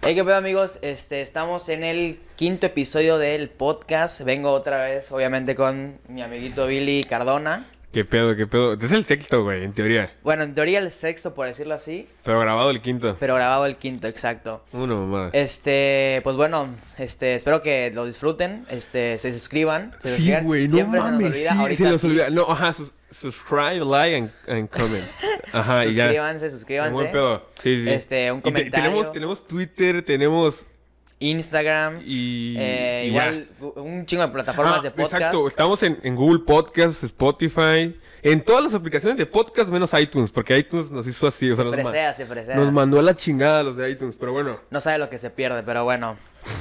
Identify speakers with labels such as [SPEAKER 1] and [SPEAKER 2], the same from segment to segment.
[SPEAKER 1] Hey, ¿qué pedo, amigos? Estamos en el quinto episodio del podcast. Vengo otra vez, obviamente, con mi amiguito Billy Cardona.
[SPEAKER 2] ¿Qué pedo, qué pedo? Es el sexto, güey, en teoría.
[SPEAKER 1] Bueno, en teoría el sexto, por decirlo así,
[SPEAKER 2] Pero grabado el quinto.
[SPEAKER 1] pero grabado el quinto, exacto.
[SPEAKER 2] Uno, mamá.
[SPEAKER 1] Pues bueno, espero que lo disfruten, se suscriban. Se
[SPEAKER 2] Sí,
[SPEAKER 1] suscriban.
[SPEAKER 2] güey, no
[SPEAKER 1] Siempre se nos
[SPEAKER 2] mames,
[SPEAKER 1] olvida,
[SPEAKER 2] sí,
[SPEAKER 1] ahorita
[SPEAKER 2] se nos
[SPEAKER 1] sí.
[SPEAKER 2] olvida. No, ajá, subscribe, like and comment. Ajá, y ya.
[SPEAKER 1] Suscríbanse.
[SPEAKER 2] Buen pedo. Sí, sí.
[SPEAKER 1] Un
[SPEAKER 2] Y
[SPEAKER 1] comentario.
[SPEAKER 2] tenemos Twitter, tenemos
[SPEAKER 1] Instagram.
[SPEAKER 2] y
[SPEAKER 1] Igual, un chingo de plataformas de podcast.
[SPEAKER 2] Exacto, estamos en Google Podcasts, Spotify, en todas las aplicaciones de podcast menos iTunes, porque iTunes nos hizo así, o sea,
[SPEAKER 1] Se presea.
[SPEAKER 2] nos mandó a la chingada los de iTunes, pero bueno.
[SPEAKER 1] No sabe lo que se pierde, pero bueno.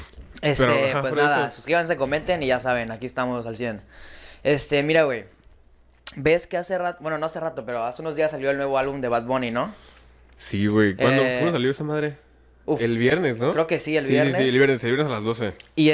[SPEAKER 2] Ajá,
[SPEAKER 1] Pues
[SPEAKER 2] por
[SPEAKER 1] nada,
[SPEAKER 2] eso.
[SPEAKER 1] suscríbanse, comenten y ya saben, aquí estamos al 100. Mira, güey. ¿Ves que hace rato, bueno, no hace rato, pero hace unos días salió el nuevo álbum de Bad Bunny, ¿no?
[SPEAKER 2] Sí, güey, ¿cuándo salió esa madre?
[SPEAKER 1] Uf,
[SPEAKER 2] El viernes, ¿no?
[SPEAKER 1] creo que sí, el
[SPEAKER 2] Sí,
[SPEAKER 1] viernes.
[SPEAKER 2] sí, el viernes a las 12.
[SPEAKER 1] Y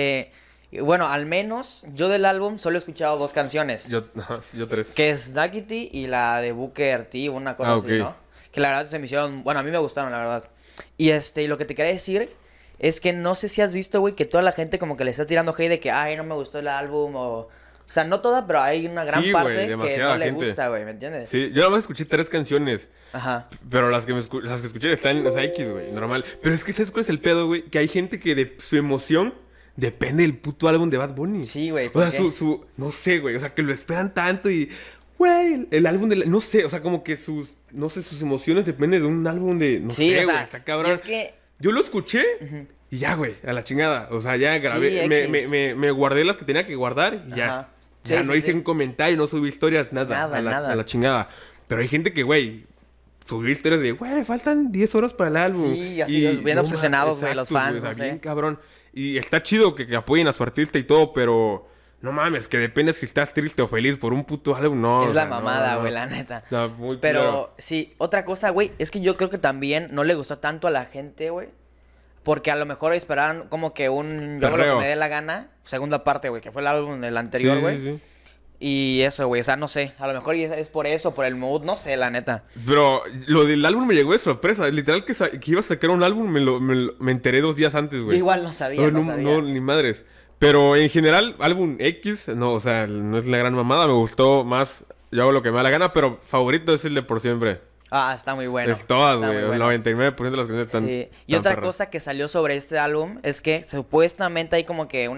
[SPEAKER 1] bueno, al menos yo del álbum solo he escuchado dos canciones.
[SPEAKER 2] Yo 3.
[SPEAKER 1] Que es Duckity y la de Booker T, una cosa así,
[SPEAKER 2] ok.
[SPEAKER 1] ¿no? Que la verdad se me hicieron, bueno, a mí me gustaron, la verdad. Y lo que te quería decir es que no sé si has visto, güey, que toda la gente como que le está tirando hate de que, ay, no me gustó el álbum o sea, no toda, pero hay una gran
[SPEAKER 2] Sí,
[SPEAKER 1] parte
[SPEAKER 2] güey,
[SPEAKER 1] que
[SPEAKER 2] demasiada
[SPEAKER 1] no le
[SPEAKER 2] gente.
[SPEAKER 1] gusta, güey, ¿me entiendes?
[SPEAKER 2] Sí, yo nada más escuché 3 canciones,
[SPEAKER 1] Ajá.
[SPEAKER 2] pero las que escuché están, o sea, X, güey, normal. Pero es que, ¿sabes cuál es el pedo, güey? Que hay gente que de su emoción depende del puto álbum de Bad Bunny.
[SPEAKER 1] Sí, güey,
[SPEAKER 2] O
[SPEAKER 1] ¿por
[SPEAKER 2] sea,
[SPEAKER 1] qué?
[SPEAKER 2] no sé, güey, o sea, que lo esperan tanto y, güey, el álbum no sé, o sea, como que no sé, sus emociones dependen de un álbum de, no
[SPEAKER 1] Sí,
[SPEAKER 2] sé,
[SPEAKER 1] o
[SPEAKER 2] güey,
[SPEAKER 1] sea,
[SPEAKER 2] está
[SPEAKER 1] y
[SPEAKER 2] cabrón.
[SPEAKER 1] es que...
[SPEAKER 2] Yo lo escuché y ya, güey, a la chingada. O sea, ya grabé,
[SPEAKER 1] Sí, X.
[SPEAKER 2] me guardé las que tenía que guardar y ya.
[SPEAKER 1] Ajá.
[SPEAKER 2] Ya
[SPEAKER 1] Sí,
[SPEAKER 2] no
[SPEAKER 1] sí,
[SPEAKER 2] hice
[SPEAKER 1] sí.
[SPEAKER 2] un comentario, no subí historias, nada.
[SPEAKER 1] Nada.
[SPEAKER 2] A la chingada. Pero hay gente que, güey, subió historias de, güey, faltan 10 horas para el álbum.
[SPEAKER 1] Sí, así los bien obsesionados, güey, los fans,
[SPEAKER 2] o sea,
[SPEAKER 1] no sé.
[SPEAKER 2] bien cabrón. Y está chido que apoyen a su artista y todo, pero no mames, que depende si estás triste o feliz por un puto álbum, no.
[SPEAKER 1] Es
[SPEAKER 2] o
[SPEAKER 1] la
[SPEAKER 2] sea,
[SPEAKER 1] mamada,
[SPEAKER 2] no.
[SPEAKER 1] güey, la neta.
[SPEAKER 2] O sea, muy
[SPEAKER 1] Pero
[SPEAKER 2] culero.
[SPEAKER 1] sí, otra cosa, güey, es que yo creo que también no le gustó tanto a la gente, güey. Porque a lo mejor esperaban como que yo hago lo que
[SPEAKER 2] Perreo.
[SPEAKER 1] me dé la gana. Segunda parte, güey, que fue el álbum del anterior,
[SPEAKER 2] Sí,
[SPEAKER 1] güey.
[SPEAKER 2] sí, sí.
[SPEAKER 1] Y eso, güey, o sea, no sé. A lo mejor es por eso, por el mood, no sé, la neta.
[SPEAKER 2] Pero lo del álbum me llegó de sorpresa. Literal que iba a sacar un álbum, me enteré 2 días antes,
[SPEAKER 1] Yo
[SPEAKER 2] güey.
[SPEAKER 1] igual no sabía, no sabía.
[SPEAKER 2] No, ni madres. Pero en general, álbum X, no, o sea, no es la gran mamada. Me gustó más, yo hago lo que me da la gana, pero favorito es el de Por Siempre.
[SPEAKER 1] Ah, está muy bueno.
[SPEAKER 2] es todas,
[SPEAKER 1] está
[SPEAKER 2] güey.
[SPEAKER 1] muy
[SPEAKER 2] El
[SPEAKER 1] bueno.
[SPEAKER 2] 99% de las canciones están.
[SPEAKER 1] Sí. Y
[SPEAKER 2] están
[SPEAKER 1] otra
[SPEAKER 2] perras.
[SPEAKER 1] cosa que salió sobre este álbum es que supuestamente hay como que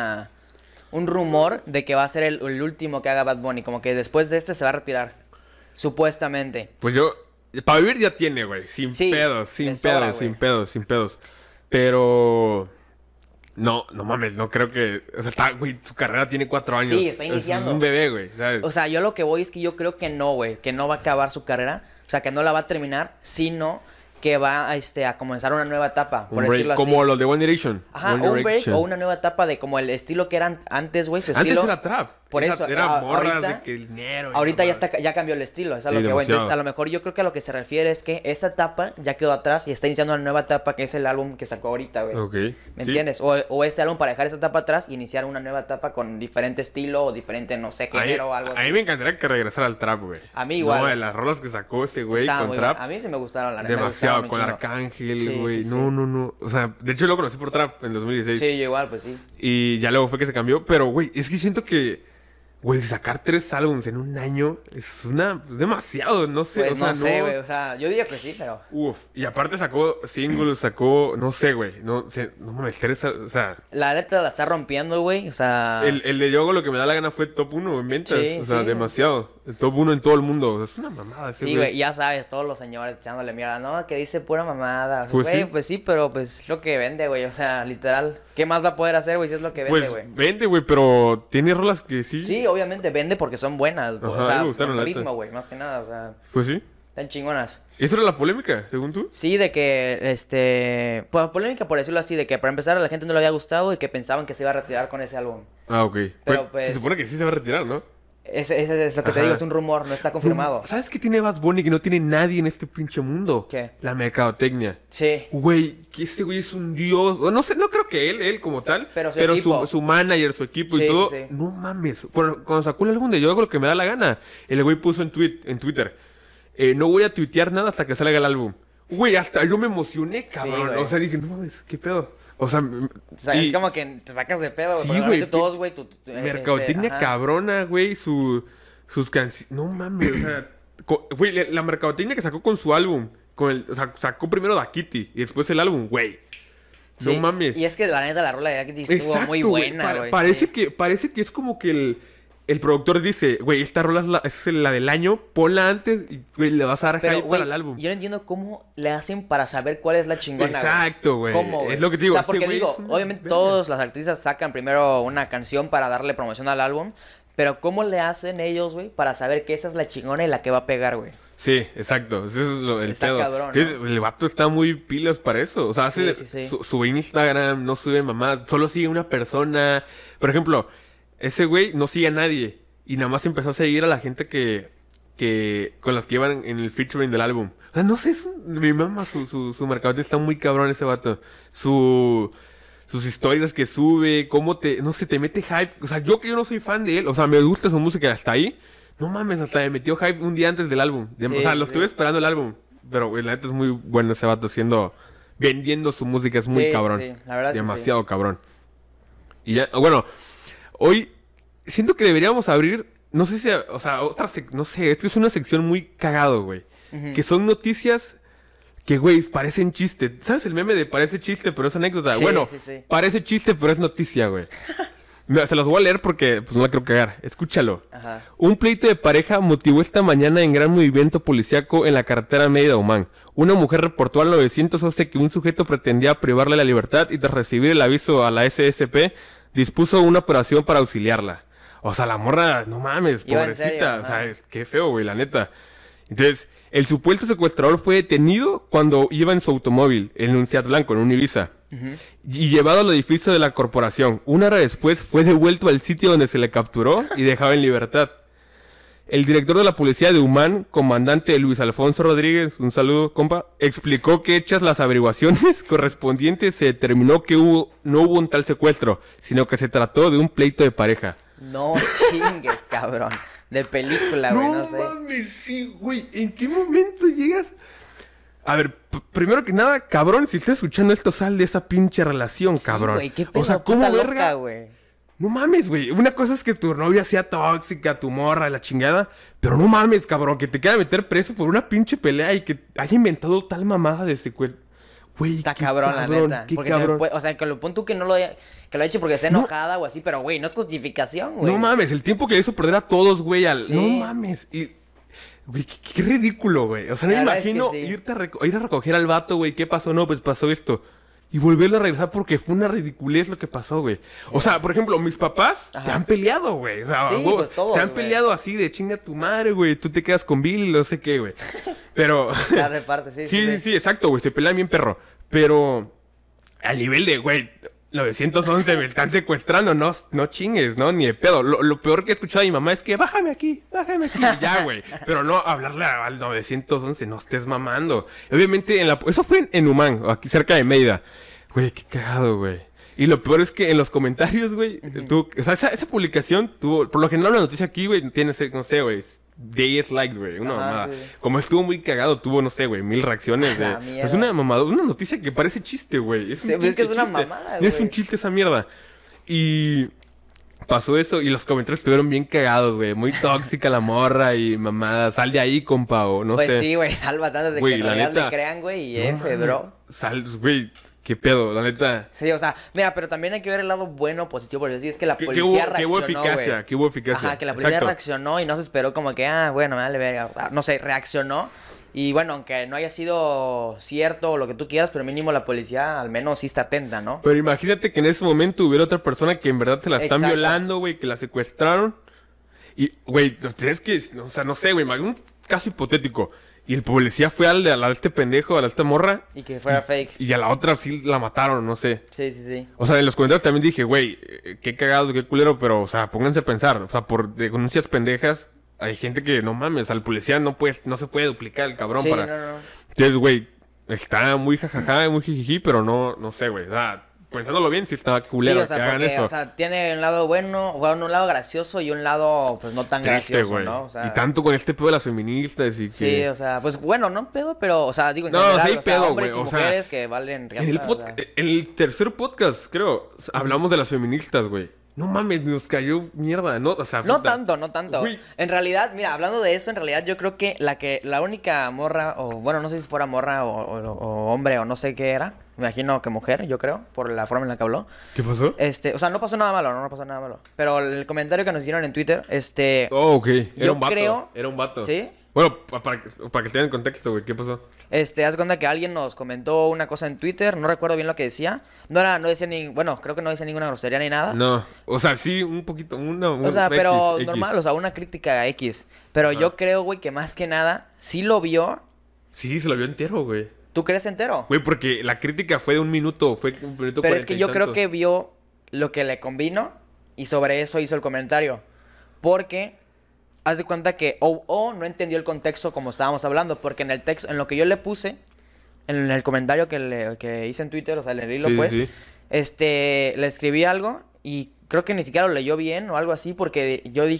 [SPEAKER 1] un rumor de que va a ser el último que haga Bad Bunny. Como que después de este se va a retirar. Supuestamente.
[SPEAKER 2] Pues yo, para vivir ya tiene, güey. Sin
[SPEAKER 1] Sí,
[SPEAKER 2] pedos, sin
[SPEAKER 1] le sobra,
[SPEAKER 2] pedos,
[SPEAKER 1] güey.
[SPEAKER 2] sin pedos, sin pedos. Pero. No mames, no creo que. O sea, güey, su carrera tiene 4 años.
[SPEAKER 1] Sí, está iniciando.
[SPEAKER 2] Es un bebé, güey. ¿Sabes?
[SPEAKER 1] O sea, yo lo que voy es que yo creo que no, güey. Que no va a acabar su carrera. O sea, que no la va a terminar. Sino que va a comenzar una nueva etapa. Por
[SPEAKER 2] Un break,
[SPEAKER 1] decirlo así.
[SPEAKER 2] como los de One Direction.
[SPEAKER 1] Ajá,
[SPEAKER 2] One
[SPEAKER 1] o un break
[SPEAKER 2] Direction.
[SPEAKER 1] o una nueva etapa de como el estilo que eran antes, güey. Su
[SPEAKER 2] Antes
[SPEAKER 1] estilo.
[SPEAKER 2] era trap.
[SPEAKER 1] Por eso,
[SPEAKER 2] Era morras
[SPEAKER 1] ahorita-
[SPEAKER 2] de que dinero. y
[SPEAKER 1] Ahorita
[SPEAKER 2] mamá.
[SPEAKER 1] ya cambió el estilo, es a
[SPEAKER 2] Sí,
[SPEAKER 1] lo que voy. Entonces,
[SPEAKER 2] demasiado.
[SPEAKER 1] a lo mejor yo creo que a lo que se refiere es que esta etapa ya quedó atrás y está iniciando una nueva etapa que es el álbum que sacó ahorita, güey.
[SPEAKER 2] Ok.
[SPEAKER 1] ¿Me
[SPEAKER 2] sí.
[SPEAKER 1] entiendes? O este álbum para dejar esta etapa atrás y iniciar una nueva etapa con diferente estilo o diferente, no sé, género o algo
[SPEAKER 2] A mí
[SPEAKER 1] así.
[SPEAKER 2] me encantaría que regresara al trap, güey.
[SPEAKER 1] A mí igual.
[SPEAKER 2] No, de las rolas que sacó ese güey
[SPEAKER 1] Estaba
[SPEAKER 2] con
[SPEAKER 1] muy
[SPEAKER 2] trap.
[SPEAKER 1] bueno. A mí sí me gustaron, la neta. me
[SPEAKER 2] Demasiado,
[SPEAKER 1] gustaron
[SPEAKER 2] con
[SPEAKER 1] un chingo.
[SPEAKER 2] Arcángel,
[SPEAKER 1] Sí,
[SPEAKER 2] güey.
[SPEAKER 1] sí,
[SPEAKER 2] No. O sea, de hecho lo conocí por trap en 2016.
[SPEAKER 1] Sí, yo igual, pues sí.
[SPEAKER 2] Y ya luego fue que se cambió. Pero, güey, es que siento que, güey, sacar 3 álbumes en un año es demasiado, no sé.
[SPEAKER 1] Pues
[SPEAKER 2] o sea,
[SPEAKER 1] no sé, güey. O sea, yo diría que sí, pero.
[SPEAKER 2] Uf, y aparte sacó singles, no sé, güey. No mames, 3, o sea.
[SPEAKER 1] La neta la está rompiendo, güey. O sea.
[SPEAKER 2] El de Yo hago lo que me da la gana fue top 1 en ventas.
[SPEAKER 1] Sí,
[SPEAKER 2] o sea,
[SPEAKER 1] sí.
[SPEAKER 2] demasiado. El top 1 en todo el mundo. O sea, es una mamada ese
[SPEAKER 1] Sí, güey, ya sabes, todos los señores echándole mierda, no, que dice pura mamada.
[SPEAKER 2] Pues
[SPEAKER 1] Güey,
[SPEAKER 2] sí.
[SPEAKER 1] pues sí, pero pues es lo que vende, güey, o sea, literal. ¿Qué más va a poder hacer, güey, si es lo que vende,
[SPEAKER 2] Pues
[SPEAKER 1] güey?
[SPEAKER 2] vende, güey, pero tiene rolas que sí.
[SPEAKER 1] Sí, obviamente vende porque son buenas, güey,
[SPEAKER 2] Ajá,
[SPEAKER 1] o sea,
[SPEAKER 2] me gustaron,
[SPEAKER 1] con
[SPEAKER 2] la
[SPEAKER 1] ritmo,
[SPEAKER 2] neta.
[SPEAKER 1] güey, más que nada, o sea,
[SPEAKER 2] Pues sí.
[SPEAKER 1] están chingonas.
[SPEAKER 2] ¿Eso era la polémica, según tú?
[SPEAKER 1] Sí, de que, pues polémica por decirlo así, de que para empezar a la gente no le había gustado y que pensaban que se iba a retirar con ese álbum.
[SPEAKER 2] Ah, ok.
[SPEAKER 1] Pero, pues-
[SPEAKER 2] se supone que sí se va a retirar, ¿no?
[SPEAKER 1] Ese es lo que te
[SPEAKER 2] Ajá.
[SPEAKER 1] digo, es un rumor, no está confirmado.
[SPEAKER 2] ¿Sabes qué tiene Bad Bunny que no tiene nadie en este pinche mundo?
[SPEAKER 1] ¿Qué?
[SPEAKER 2] La mercadotecnia.
[SPEAKER 1] Sí.
[SPEAKER 2] Güey, que ese güey es un dios. O no sé, no creo que él como tal.
[SPEAKER 1] Pero su equipo.
[SPEAKER 2] Su manager, su equipo
[SPEAKER 1] Sí,
[SPEAKER 2] y todo.
[SPEAKER 1] sí, sí.
[SPEAKER 2] No mames. Cuando sacó el álbum de Yo hago lo que me da la gana, el güey puso en Twitter. No voy a tuitear nada hasta que salga el álbum. Güey, hasta yo me emocioné, cabrón.
[SPEAKER 1] güey.
[SPEAKER 2] O sea, dije, no mames, ¿qué pedo? O sea,
[SPEAKER 1] O sea, es como que te sacas de pedo,
[SPEAKER 2] Sí,
[SPEAKER 1] porque
[SPEAKER 2] güey,
[SPEAKER 1] normalmente todos, güey,
[SPEAKER 2] mercadotecnia
[SPEAKER 1] ajá.
[SPEAKER 2] cabrona, güey, sus canciones. No mames, o sea, güey, la mercadotecnia que sacó con su álbum, o sea, sacó primero Da Kitty y después el álbum, güey. No
[SPEAKER 1] Sí,
[SPEAKER 2] mames.
[SPEAKER 1] y es que la neta, la rola de Jackie estuvo muy
[SPEAKER 2] güey,
[SPEAKER 1] buena, güey.
[SPEAKER 2] parece
[SPEAKER 1] Sí.
[SPEAKER 2] que es como que el productor dice, güey, esta rola es la del año, ponla antes y, güey, le vas a dar
[SPEAKER 1] Pero,
[SPEAKER 2] hype
[SPEAKER 1] güey,
[SPEAKER 2] para el álbum.
[SPEAKER 1] yo no entiendo cómo le hacen para saber cuál es la chingona, güey.
[SPEAKER 2] Exacto, güey.
[SPEAKER 1] ¿Cómo,
[SPEAKER 2] Es lo que te digo,
[SPEAKER 1] O sea,
[SPEAKER 2] ese
[SPEAKER 1] porque
[SPEAKER 2] güey
[SPEAKER 1] digo,
[SPEAKER 2] es una
[SPEAKER 1] obviamente
[SPEAKER 2] verga.
[SPEAKER 1] todas las artistas sacan primero una canción para darle promoción al álbum, pero ¿cómo le hacen ellos, güey, para saber que esa es la chingona y la que va a pegar, güey?
[SPEAKER 2] Sí, exacto. Eso es el
[SPEAKER 1] Está
[SPEAKER 2] pedo.
[SPEAKER 1] cabrón,
[SPEAKER 2] Entonces,
[SPEAKER 1] ¿no?
[SPEAKER 2] el vato está muy pilas para eso. O sea,
[SPEAKER 1] Sí,
[SPEAKER 2] hace
[SPEAKER 1] sí, sí.
[SPEAKER 2] Sube Instagram, no sube mamás, solo sigue una persona. Por ejemplo, ese güey no sigue a nadie. Y nada más empezó a seguir a la gente que con las que iban en el featuring del álbum. O sea, no sé, mi mamá, su mercadotecnia está muy cabrón ese vato. Sus historias que sube, no sé, te mete hype. O sea, yo que yo no soy fan de él, o sea, me gusta su música hasta ahí. No mames, hasta me metió hype un día antes del álbum.
[SPEAKER 1] Sí,
[SPEAKER 2] O sea, lo
[SPEAKER 1] sí.
[SPEAKER 2] estuve esperando el álbum. Pero, güey, la neta es muy bueno ese vato vendiendo su música, es muy
[SPEAKER 1] Sí,
[SPEAKER 2] cabrón.
[SPEAKER 1] sí, la verdad es que
[SPEAKER 2] Demasiado cabrón. Y ya, bueno, hoy siento que deberíamos abrir, no sé si, o sea, no sé, esto es una sección muy cagado, güey.
[SPEAKER 1] Ujú.
[SPEAKER 2] Que son noticias que, güey, parecen chiste. ¿Sabes el meme de parece chiste, pero es anécdota?
[SPEAKER 1] Sí,
[SPEAKER 2] Bueno,
[SPEAKER 1] sí, sí.
[SPEAKER 2] parece chiste, pero es noticia, güey. Mira, se los voy a leer porque pues no la quiero cagar. Escúchalo.
[SPEAKER 1] Ajá.
[SPEAKER 2] Un pleito de pareja motivó esta mañana en gran movimiento policiaco en la carretera Mérida-Humán. Una mujer reportó al 911 que un sujeto pretendía privarle la libertad y tras recibir el aviso a la SSP dispuso una operación para auxiliarla. O sea, la morra, no mames,
[SPEAKER 1] Iba en
[SPEAKER 2] pobrecita.
[SPEAKER 1] serio,
[SPEAKER 2] O sea,
[SPEAKER 1] ajá.
[SPEAKER 2] qué feo, güey, la neta. Entonces, el supuesto secuestrador fue detenido cuando iba en su automóvil, en un Seat blanco, en un Ibiza,
[SPEAKER 1] Ujú.
[SPEAKER 2] y llevado al edificio de la corporación. Una hora después fue devuelto al sitio donde se le capturó y dejado en libertad. El director de la policía de Humán, comandante Luis Alfonso Rodríguez, un saludo, compa, explicó que hechas las averiguaciones correspondientes se determinó que no hubo un tal secuestro, sino que se trató de un pleito de pareja.
[SPEAKER 1] No chingues, cabrón. De película, güey, no sé.
[SPEAKER 2] mames, sí, güey, ¿en qué momento llegas? A ver, primero que nada, cabrón, si estás escuchando esto, sal de esa pinche relación,
[SPEAKER 1] Sí,
[SPEAKER 2] cabrón.
[SPEAKER 1] güey, qué pedo,
[SPEAKER 2] o sea, ¿cómo
[SPEAKER 1] puta
[SPEAKER 2] verga?
[SPEAKER 1] loca, güey.
[SPEAKER 2] No mames, güey. Una cosa es que tu novia sea tóxica, tu morra, la chingada. Pero no mames, cabrón, que te queda meter preso por una pinche pelea y que haya inventado tal mamada de secuestro. Güey,
[SPEAKER 1] Está
[SPEAKER 2] qué
[SPEAKER 1] cabrón, la neta.
[SPEAKER 2] qué
[SPEAKER 1] Porque
[SPEAKER 2] cabrón.
[SPEAKER 1] o sea, que lo pon tú que no lo haya, que lo haya hecho porque esté
[SPEAKER 2] No.
[SPEAKER 1] enojada o así, pero güey, no es justificación, güey.
[SPEAKER 2] No mames, el tiempo que le hizo perder a todos, güey,
[SPEAKER 1] Sí.
[SPEAKER 2] No mames. Y... Güey, qué ridículo, güey. O sea, no
[SPEAKER 1] La
[SPEAKER 2] me
[SPEAKER 1] verdad es que
[SPEAKER 2] imagino
[SPEAKER 1] sí.
[SPEAKER 2] ir a recoger al vato, güey. ¿Qué pasó? No, pues pasó esto. Y volverlo a regresar porque fue una ridiculez lo que pasó, güey. O sea, por ejemplo, mis papás se
[SPEAKER 1] Ajá.
[SPEAKER 2] han peleado, güey. O sea,
[SPEAKER 1] Sí,
[SPEAKER 2] huevos,
[SPEAKER 1] pues todos,
[SPEAKER 2] se han
[SPEAKER 1] güey.
[SPEAKER 2] peleado así de chinga tu madre, güey. Tú te quedas con Bill y no sé qué, güey. Pero...
[SPEAKER 1] La reparte, sí,
[SPEAKER 2] sí, exacto, güey. Se pelean bien, perro. Pero al nivel de, güey, 911 me están secuestrando, no chingues, ¿no? Ni de pedo. Lo peor que he escuchado de mi mamá es que bájame aquí, y ya, güey. Pero no hablarle al 911, no estés mamando. Obviamente, eso fue en Humán, aquí cerca de Mérida. Güey, qué cagado, güey. Y lo peor es que en los comentarios, güey, o sea, esa publicación tuvo, por lo general la noticia aquí, güey, tiene, no sé, güey, 10 likes, güey, una
[SPEAKER 1] Ajá,
[SPEAKER 2] mamada.
[SPEAKER 1] sí.
[SPEAKER 2] Como estuvo muy cagado, tuvo, no sé, güey, 1000 reacciones.
[SPEAKER 1] A la
[SPEAKER 2] De...
[SPEAKER 1] mierda.
[SPEAKER 2] Es una mamada, una noticia que parece chiste, güey.
[SPEAKER 1] Sí, pues es que es una
[SPEAKER 2] chiste.
[SPEAKER 1] mamada,
[SPEAKER 2] Es
[SPEAKER 1] güey.
[SPEAKER 2] un chiste esa mierda. Y pasó eso y los comentarios estuvieron bien cagados, güey. Muy tóxica la morra y mamada. Sal de ahí, compa, o no
[SPEAKER 1] Pues
[SPEAKER 2] sé.
[SPEAKER 1] sí, güey, salva antes de
[SPEAKER 2] Güey,
[SPEAKER 1] que en
[SPEAKER 2] la
[SPEAKER 1] realidad
[SPEAKER 2] neta,
[SPEAKER 1] le crean, güey, y
[SPEAKER 2] No
[SPEAKER 1] F,
[SPEAKER 2] mames.
[SPEAKER 1] bro.
[SPEAKER 2] Güey, qué pedo, la neta.
[SPEAKER 1] Sí, o sea, mira, pero también hay que ver el lado bueno, positivo, porque sí es que la
[SPEAKER 2] Que
[SPEAKER 1] policía
[SPEAKER 2] hubo
[SPEAKER 1] reaccionó,
[SPEAKER 2] eficacia,
[SPEAKER 1] güey.
[SPEAKER 2] que hubo eficacia.
[SPEAKER 1] Ajá, que la policía
[SPEAKER 2] Exacto.
[SPEAKER 1] reaccionó y no se esperó como que, bueno, me vale verga. O sea, no sé, reaccionó. Y bueno, aunque no haya sido cierto o lo que tú quieras, pero mínimo la policía al menos sí está atenta, ¿no?
[SPEAKER 2] Pero imagínate que en ese momento hubiera otra persona que en verdad te la están
[SPEAKER 1] Exacto.
[SPEAKER 2] violando, güey, que la secuestraron. Y, güey, tienes que, o sea, no sé, güey, un caso hipotético. Y el policía fue a este pendejo, a esta morra.
[SPEAKER 1] Y que fuera fake.
[SPEAKER 2] Y a la otra sí la mataron, no sé.
[SPEAKER 1] Sí, sí, sí.
[SPEAKER 2] O sea, en los comentarios también dije, güey, qué cagado, qué culero, pero, o sea, pónganse a pensar. O sea, por denuncias pendejas, hay gente que, no mames, al policía no se puede duplicar el cabrón
[SPEAKER 1] Sí,
[SPEAKER 2] para...
[SPEAKER 1] no, no.
[SPEAKER 2] Entonces, güey, está muy jajaja, muy jijiji, pero no sé, güey. O sea, pensándolo bien, sí está
[SPEAKER 1] Sí,
[SPEAKER 2] culero
[SPEAKER 1] o sea,
[SPEAKER 2] que hagan
[SPEAKER 1] porque,
[SPEAKER 2] eso.
[SPEAKER 1] o sea, tiene un lado bueno, un lado gracioso y un lado, pues, no tan
[SPEAKER 2] Triste,
[SPEAKER 1] gracioso,
[SPEAKER 2] güey.
[SPEAKER 1] ¿no? O sea,
[SPEAKER 2] Y tanto con este pedo de las feministas y
[SPEAKER 1] sí,
[SPEAKER 2] que...
[SPEAKER 1] o sea, pues, bueno, no pedo, pero, o sea, digo, en
[SPEAKER 2] No,
[SPEAKER 1] general,
[SPEAKER 2] sí hay
[SPEAKER 1] o sea,
[SPEAKER 2] pedo,
[SPEAKER 1] hombres
[SPEAKER 2] güey,
[SPEAKER 1] y
[SPEAKER 2] o sea,
[SPEAKER 1] mujeres que valen
[SPEAKER 2] En el,
[SPEAKER 1] riata, o sea.
[SPEAKER 2] en el tercer podcast, creo, hablamos de las feministas, güey. No mames, nos cayó mierda, ¿no? O sea,
[SPEAKER 1] No
[SPEAKER 2] puta.
[SPEAKER 1] tanto, no tanto.
[SPEAKER 2] Güey.
[SPEAKER 1] En realidad, mira, hablando de eso, en realidad yo creo que la única morra, o bueno, no sé si fuera morra o hombre o no sé qué era, me imagino que mujer, yo creo, por la forma en la que habló.
[SPEAKER 2] ¿Qué pasó?
[SPEAKER 1] O sea, no pasó nada malo, no pasó nada malo. Pero el comentario que nos hicieron en Twitter,
[SPEAKER 2] Oh, ok. Era
[SPEAKER 1] yo
[SPEAKER 2] un vato.
[SPEAKER 1] creo-
[SPEAKER 2] Era un vato.
[SPEAKER 1] ¿Sí?
[SPEAKER 2] Bueno, para que tengan contexto, güey. ¿Qué pasó?
[SPEAKER 1] haz cuenta que alguien nos comentó una cosa en Twitter, no recuerdo bien lo que decía. No decía ni, bueno, creo que no decía ninguna grosería ni nada.
[SPEAKER 2] No. O sea, sí, un poquito.
[SPEAKER 1] O sea, pero
[SPEAKER 2] X.
[SPEAKER 1] normal, o sea, una crítica X. Pero
[SPEAKER 2] Ajá.
[SPEAKER 1] yo creo, güey, que más que nada, sí lo vio.
[SPEAKER 2] Sí, se lo vio entero, güey.
[SPEAKER 1] ¿Tú crees entero?
[SPEAKER 2] Güey, porque la crítica fue de un minuto. Fue un minuto
[SPEAKER 1] Pero es
[SPEAKER 2] 40
[SPEAKER 1] que
[SPEAKER 2] y
[SPEAKER 1] yo creo
[SPEAKER 2] tantos.
[SPEAKER 1] que vio lo que le convino y sobre eso hizo el comentario. Porque haz de cuenta que o no entendió el contexto como estábamos hablando, porque en el texto, en lo que yo le puse, en el comentario que hice en Twitter, o sea, en el hilo,
[SPEAKER 2] Sí,
[SPEAKER 1] pues,
[SPEAKER 2] sí.
[SPEAKER 1] le escribí algo y creo que ni siquiera lo leyó bien o algo así, porque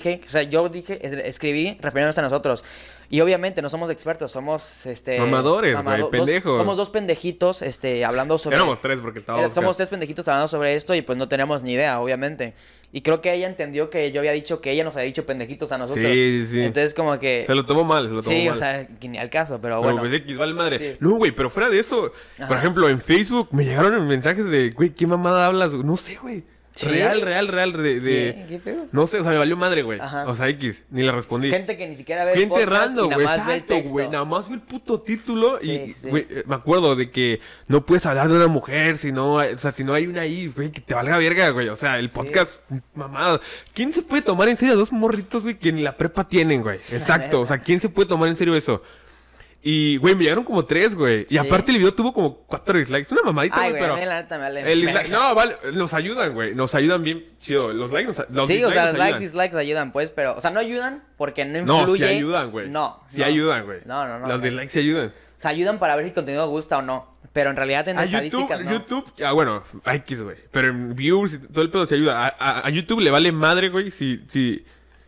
[SPEAKER 1] escribí refiriéndose a nosotros. Y obviamente no somos expertos, somos
[SPEAKER 2] Mamadores, güey, pendejos.
[SPEAKER 1] somos dos pendejitos hablando sobre
[SPEAKER 2] Éramos tres porque estábamos...
[SPEAKER 1] somos tres pendejitos hablando sobre esto y pues no tenemos ni idea, obviamente. Y creo que ella entendió que yo había dicho que ella nos había dicho pendejitos a nosotros.
[SPEAKER 2] Sí, sí.
[SPEAKER 1] Entonces como que
[SPEAKER 2] Se lo tomó mal, se lo tomó
[SPEAKER 1] sí,
[SPEAKER 2] mal.
[SPEAKER 1] o sea, que ni al caso, pero
[SPEAKER 2] Pero
[SPEAKER 1] bueno.
[SPEAKER 2] pues X, vale madre.
[SPEAKER 1] Sí.
[SPEAKER 2] No, güey, pero fuera de eso, por
[SPEAKER 1] Ajá.
[SPEAKER 2] ejemplo, en Facebook me llegaron mensajes de, güey, ¿qué mamada hablas? No sé, güey.
[SPEAKER 1] ¿Sí?
[SPEAKER 2] Real,
[SPEAKER 1] ¿Qué pedo?
[SPEAKER 2] No sé, o sea, me valió madre, güey.
[SPEAKER 1] Ajá.
[SPEAKER 2] O sea, X, ni le respondí.
[SPEAKER 1] Gente que ni siquiera ve el
[SPEAKER 2] Gente
[SPEAKER 1] podcast
[SPEAKER 2] random,
[SPEAKER 1] y nada
[SPEAKER 2] güey,
[SPEAKER 1] más ve el
[SPEAKER 2] exacto,
[SPEAKER 1] texto.
[SPEAKER 2] güey. Nada más vi el puto título y,
[SPEAKER 1] Sí, sí.
[SPEAKER 2] güey, me acuerdo de que no puedes hablar de una mujer si no, o sea, si no hay una ahí, güey, que te valga verga, güey. O sea, el podcast, mamada. ¿Quién se puede tomar en serio a dos morritos, güey, que ni la prepa tienen, güey? Exacto, o sea, ¿quién se puede tomar en serio eso? Y, güey, me llegaron como 3, güey. Y
[SPEAKER 1] Sí.
[SPEAKER 2] aparte el video tuvo como 4 dislikes. Una mamadita,
[SPEAKER 1] Ay,
[SPEAKER 2] güey,
[SPEAKER 1] güey, a
[SPEAKER 2] pero...
[SPEAKER 1] mí la neta me vale.
[SPEAKER 2] El dislike- no, vale, nos ayudan, güey. Nos ayudan bien chido. Los likes los
[SPEAKER 1] Sí, o
[SPEAKER 2] dislikes
[SPEAKER 1] sea,
[SPEAKER 2] nos
[SPEAKER 1] like,
[SPEAKER 2] ayudan.
[SPEAKER 1] dislikes ayudan, pues, pero, o sea, no ayudan porque no
[SPEAKER 2] No,
[SPEAKER 1] influye.
[SPEAKER 2] sí ayudan, güey.
[SPEAKER 1] No.
[SPEAKER 2] Sí ayudan, güey.
[SPEAKER 1] No.
[SPEAKER 2] Los
[SPEAKER 1] no.
[SPEAKER 2] dislikes sí ayudan.
[SPEAKER 1] O sea, ayudan para ver si el contenido gusta o no. Pero en realidad en
[SPEAKER 2] A YouTube,
[SPEAKER 1] estadísticas no.
[SPEAKER 2] YouTube, bueno, X, güey. Pero en viewers y todo el pedo se ayuda. A YouTube le vale madre, güey, si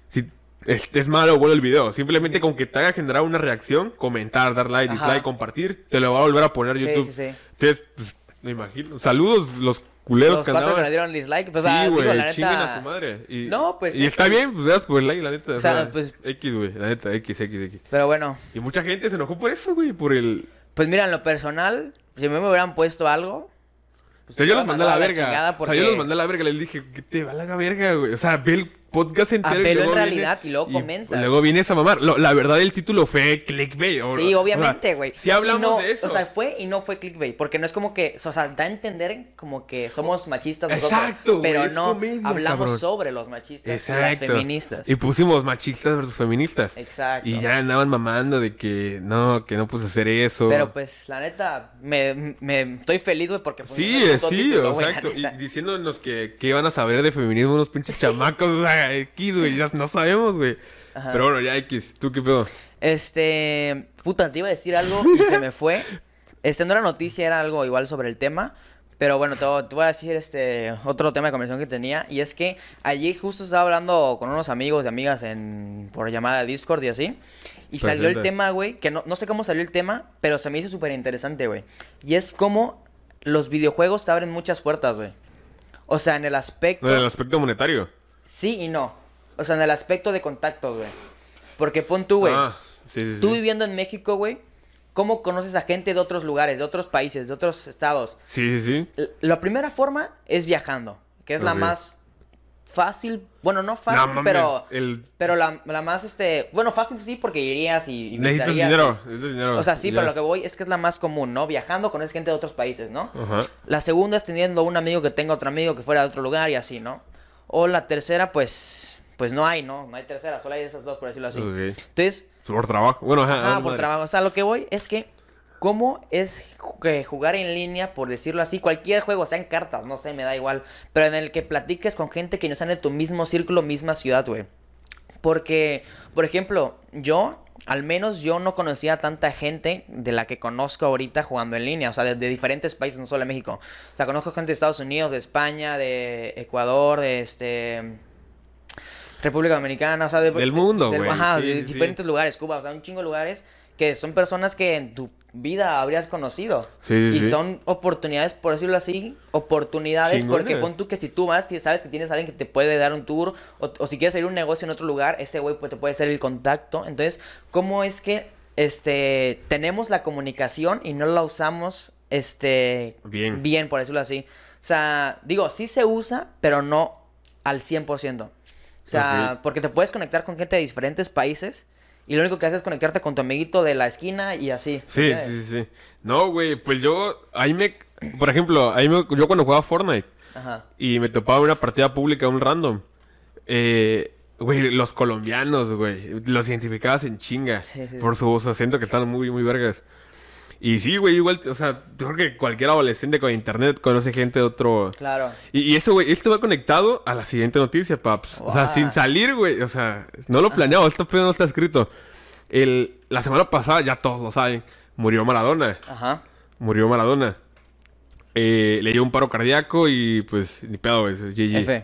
[SPEAKER 2] es malo o bueno el video. Simplemente con que te haga generar una reacción, comentar, dar like,
[SPEAKER 1] Ajá.
[SPEAKER 2] dislike, compartir, te lo va a volver a poner
[SPEAKER 1] Sí,
[SPEAKER 2] YouTube.
[SPEAKER 1] sí, sí.
[SPEAKER 2] Entonces, pues, me imagino. Saludos, los culeros
[SPEAKER 1] Los
[SPEAKER 2] que
[SPEAKER 1] 4 que
[SPEAKER 2] andaban.
[SPEAKER 1] nos dieron dislike, pues,
[SPEAKER 2] Sí,
[SPEAKER 1] digo,
[SPEAKER 2] güey,
[SPEAKER 1] la
[SPEAKER 2] chinguen
[SPEAKER 1] neta.
[SPEAKER 2] a su madre. Y,
[SPEAKER 1] No, pues,
[SPEAKER 2] Y está
[SPEAKER 1] X.
[SPEAKER 2] bien, pues gracias por el like, la neta.
[SPEAKER 1] O sea, pues-
[SPEAKER 2] X, güey, la neta, X.
[SPEAKER 1] Pero bueno,
[SPEAKER 2] Y mucha gente se enojó por eso, güey, por el...
[SPEAKER 1] pues mira, en lo personal, si a mí me hubieran puesto algo.
[SPEAKER 2] O sea, yo los mandé a la
[SPEAKER 1] mandado
[SPEAKER 2] verga.
[SPEAKER 1] chingada
[SPEAKER 2] O sea,
[SPEAKER 1] porque-
[SPEAKER 2] yo los mandé a la verga. Les dije, que te valga verga, güey. O sea, ve el podcast entero. y
[SPEAKER 1] velo
[SPEAKER 2] luego
[SPEAKER 1] en
[SPEAKER 2] viene-
[SPEAKER 1] realidad y luego comentas.
[SPEAKER 2] Luego viene esa mamar. La verdad, el título fue clickbait.
[SPEAKER 1] Sí, obviamente, güey.
[SPEAKER 2] Sí hablamos
[SPEAKER 1] Y no,
[SPEAKER 2] de eso.
[SPEAKER 1] O sea, fue y no fue clickbait, porque no es como que, o sea, da a entender como que somos machistas nosotros.
[SPEAKER 2] Exacto, güey,
[SPEAKER 1] pero
[SPEAKER 2] es
[SPEAKER 1] no
[SPEAKER 2] comedia,
[SPEAKER 1] hablamos
[SPEAKER 2] cabrón.
[SPEAKER 1] sobre los machistas y las
[SPEAKER 2] Exacto.
[SPEAKER 1] feministas.
[SPEAKER 2] Y pusimos machistas versus feministas.
[SPEAKER 1] Exacto.
[SPEAKER 2] Y ya andaban mamando de que no puedes hacer eso.
[SPEAKER 1] Pero pues, la neta, me estoy feliz, güey, porque
[SPEAKER 2] Sí,
[SPEAKER 1] el puto
[SPEAKER 2] sí,
[SPEAKER 1] título, güey, la
[SPEAKER 2] exacto. Y
[SPEAKER 1] neta.
[SPEAKER 2] diciéndonos que iban a saber de feminismo unos pinches chamacos, o sea, X, güey, ya no sabemos, güey.
[SPEAKER 1] Ajá.
[SPEAKER 2] Pero bueno, ya X, ¿tú qué pedo?
[SPEAKER 1] Puta, te iba a decir algo y se me fue. No era noticia, era algo igual sobre el tema. Pero bueno, te voy a decir otro tema de conversación que tenía. Y es que allí justo estaba hablando con unos amigos y amigas por llamada de Discord y así. Y salió el
[SPEAKER 2] Presenta.
[SPEAKER 1] tema, güey, que no sé cómo salió el tema, pero se me hizo súper interesante, güey. Y es cómo los videojuegos te abren muchas puertas, güey. O sea, en el aspecto...
[SPEAKER 2] No, en el aspecto monetario.
[SPEAKER 1] Sí y no. O sea, en el aspecto de contactos, güey. Porque pon tú, güey.
[SPEAKER 2] Ah, sí.
[SPEAKER 1] Tú viviendo en México, güey, ¿cómo conoces a gente de otros lugares, de otros países, de otros estados?
[SPEAKER 2] Sí.
[SPEAKER 1] La primera forma es viajando, que es la
[SPEAKER 2] Ok.
[SPEAKER 1] más fácil, bueno, no
[SPEAKER 2] No
[SPEAKER 1] fácil,
[SPEAKER 2] mames,
[SPEAKER 1] pero la más, bueno, fácil sí, porque irías y
[SPEAKER 2] necesitas
[SPEAKER 1] visitarías.
[SPEAKER 2] dinero,
[SPEAKER 1] O sea, sí,
[SPEAKER 2] ya.
[SPEAKER 1] pero lo que voy es que es la más común, ¿no? Viajando conoces gente de otros países, ¿no?
[SPEAKER 2] Ajá.
[SPEAKER 1] La segunda es teniendo un amigo que tenga otro amigo que fuera de otro lugar y así, ¿no? O la tercera, pues no hay, ¿no? No hay tercera, solo hay esas dos, por decirlo así.
[SPEAKER 2] Ok.
[SPEAKER 1] Entonces,
[SPEAKER 2] Por trabajo. Bueno, ajá.
[SPEAKER 1] ajá,
[SPEAKER 2] vale
[SPEAKER 1] por
[SPEAKER 2] madre.
[SPEAKER 1] trabajo. O sea, lo que voy es que, ¿cómo es que jugar en línea, por decirlo así? Cualquier juego, sea en cartas, no sé, me da igual. Pero en el que platiques con gente que no está en tu mismo círculo, misma ciudad, güey. Porque, por ejemplo, yo al menos yo no conocía a tanta gente de la que conozco ahorita jugando en línea, o sea, de diferentes países, no solo de México. O sea, conozco gente de Estados Unidos, de España, de Ecuador, de República Dominicana, o sea,
[SPEAKER 2] Del mundo, güey.
[SPEAKER 1] Ajá,
[SPEAKER 2] Sí,
[SPEAKER 1] de
[SPEAKER 2] sí, sí.
[SPEAKER 1] diferentes lugares, Cuba, o sea, un chingo de lugares que son personas que en tu vida habrías conocido.
[SPEAKER 2] Sí, sí,
[SPEAKER 1] Y
[SPEAKER 2] sí.
[SPEAKER 1] son oportunidades, por decirlo así, oportunidades, porque
[SPEAKER 2] Chingones.
[SPEAKER 1] pon tú que si tú vas, sabes que tienes a alguien que te puede dar un tour, o si quieres abrir un negocio en otro lugar, ese güey pues, te puede hacer el contacto. Entonces, ¿cómo es que tenemos la comunicación y no la usamos
[SPEAKER 2] Bien.
[SPEAKER 1] por decirlo así? O sea, digo, sí se usa, pero no al 100%. O sea,
[SPEAKER 2] Ok.
[SPEAKER 1] porque te puedes conectar con gente de diferentes países y lo único que haces es conectarte con tu amiguito de la esquina y así.
[SPEAKER 2] Sí,
[SPEAKER 1] ¿entiendes?
[SPEAKER 2] sí, sí. No, güey, pues por ejemplo, yo cuando jugaba Fortnite
[SPEAKER 1] Ajá.
[SPEAKER 2] y me topaba una partida pública, un random, güey, los colombianos, güey, los identificabas en chinga
[SPEAKER 1] Sí, sí,
[SPEAKER 2] por su acento que están muy, muy vergas. Y sí, güey, igual, o sea, yo creo que cualquier adolescente con internet conoce gente de otro...
[SPEAKER 1] Claro.
[SPEAKER 2] Y eso, güey, esto va conectado a la siguiente noticia, paps. O sea,
[SPEAKER 1] Guau.
[SPEAKER 2] sin salir, güey, o sea, no lo planeado, esto pedo no está escrito. La semana pasada, ya todos lo saben, murió Maradona.
[SPEAKER 1] Ajá.
[SPEAKER 2] Murió Maradona. Le dio un paro cardíaco y pues ni pedo, güey, GG.
[SPEAKER 1] F.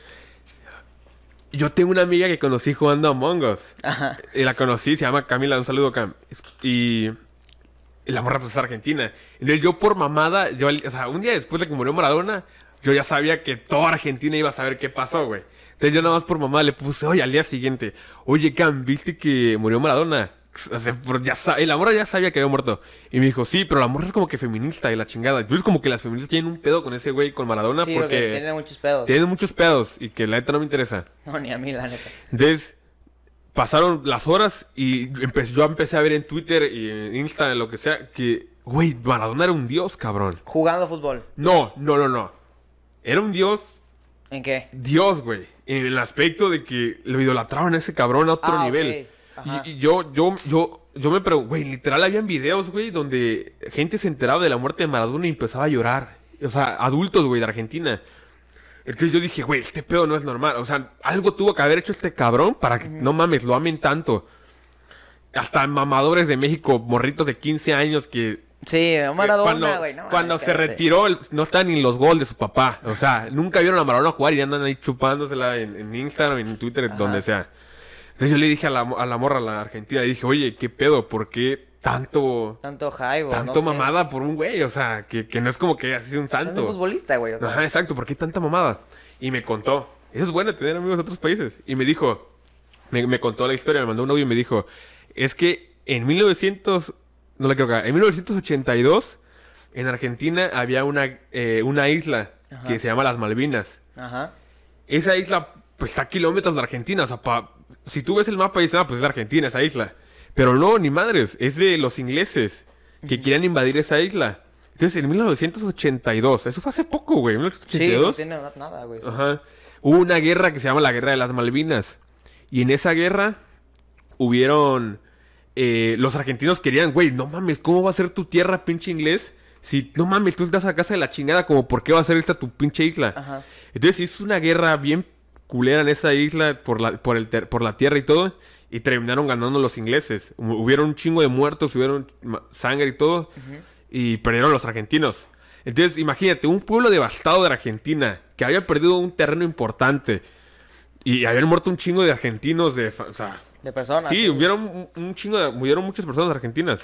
[SPEAKER 2] Yo tengo una amiga que conocí jugando a Among Us.
[SPEAKER 1] Ajá.
[SPEAKER 2] Y la conocí, se llama Camila, un saludo, Cam. Y la morra pues es argentina. Entonces yo por mamada, o sea, un día después de que murió Maradona, yo ya sabía que toda Argentina iba a saber qué pasó, güey. Entonces yo nada más por mamada le puse, oye, al día siguiente, oye, Cam, ¿viste que murió Maradona? O sea, y la morra ya sabía que había muerto. Y me dijo, sí, pero la morra es como que feminista y la chingada. Entonces como que las feministas tienen un pedo con ese güey, con Maradona,
[SPEAKER 1] Sí, porque
[SPEAKER 2] porque
[SPEAKER 1] tiene muchos pedos.
[SPEAKER 2] tienen muchos pedos y que la neta no me interesa.
[SPEAKER 1] No, ni a mí, la neta.
[SPEAKER 2] Entonces, pasaron las horas y yo empecé a ver en Twitter y en Insta, en lo que sea, que, güey, Maradona era un dios, cabrón.
[SPEAKER 1] Jugando fútbol.
[SPEAKER 2] No, no, no, no. Era un dios,
[SPEAKER 1] ¿En qué?
[SPEAKER 2] güey. En el aspecto de que lo idolatraban a ese cabrón a otro
[SPEAKER 1] Ah,
[SPEAKER 2] nivel.
[SPEAKER 1] ok. Ajá.
[SPEAKER 2] Y yo me pregunto, güey, literal habían videos, güey, donde gente se enteraba de la muerte de Maradona y empezaba a llorar. O sea, adultos, güey, de Argentina. Entonces yo dije, güey, este pedo no es normal. O sea, algo tuvo que haber hecho este cabrón para que, no mames, lo amen tanto. Hasta mamadores de México, morritos de 15 años que...
[SPEAKER 1] Sí, Maradona, güey.
[SPEAKER 2] cuando se retiró, no están ni los goles de su papá. O sea, nunca vieron a Maradona jugar y andan ahí chupándosela en Instagram, en Twitter,
[SPEAKER 1] Ajá.
[SPEAKER 2] donde sea. Entonces yo le dije a la morra, a la argentina, le dije, oye, ¿qué pedo? ¿Por qué tanto
[SPEAKER 1] Tanto
[SPEAKER 2] tanto
[SPEAKER 1] no sé.
[SPEAKER 2] mamada por un güey? O sea, que no es como que así un
[SPEAKER 1] Es un
[SPEAKER 2] santo.
[SPEAKER 1] futbolista, güey. O sea.
[SPEAKER 2] Ajá, exacto, ¿por qué tanta mamada? Y me contó, eso es bueno tener amigos de otros países. Y me dijo, me contó la historia, me mandó un audio y me dijo, es que en 1982, en Argentina había una isla
[SPEAKER 1] Ajá.
[SPEAKER 2] que se llama las Malvinas.
[SPEAKER 1] Ajá.
[SPEAKER 2] Esa isla, pues está a kilómetros de Argentina, o sea, si tú ves el mapa y dices, ah, pues es de Argentina esa isla. Pero no, ni madres, es de los ingleses que querían invadir esa isla. Entonces, en 1982, eso fue hace poco, güey,
[SPEAKER 1] Sí, no
[SPEAKER 2] 1982.
[SPEAKER 1] tiene nada, güey.
[SPEAKER 2] Ajá. Hubo una guerra que se llama la Guerra de las Malvinas. Y en esa guerra hubieron... los argentinos querían, güey, no mames, ¿cómo va a ser tu tierra, pinche inglés? Si, no mames, tú estás a casa de la chingada, como, ¿por qué va a ser esta tu pinche isla?
[SPEAKER 1] Ajá.
[SPEAKER 2] Entonces hizo una guerra bien culera en esa isla por la tierra y todo. Y terminaron ganando los ingleses. Hubieron un chingo de muertos, hubieron sangre y todo. Y perdieron los argentinos. Entonces, imagínate, un pueblo devastado de Argentina, que había perdido un terreno importante. Y habían muerto un chingo de argentinos o sea,
[SPEAKER 1] De personas.
[SPEAKER 2] sí, hubieron un chingo murieron muchas personas argentinas.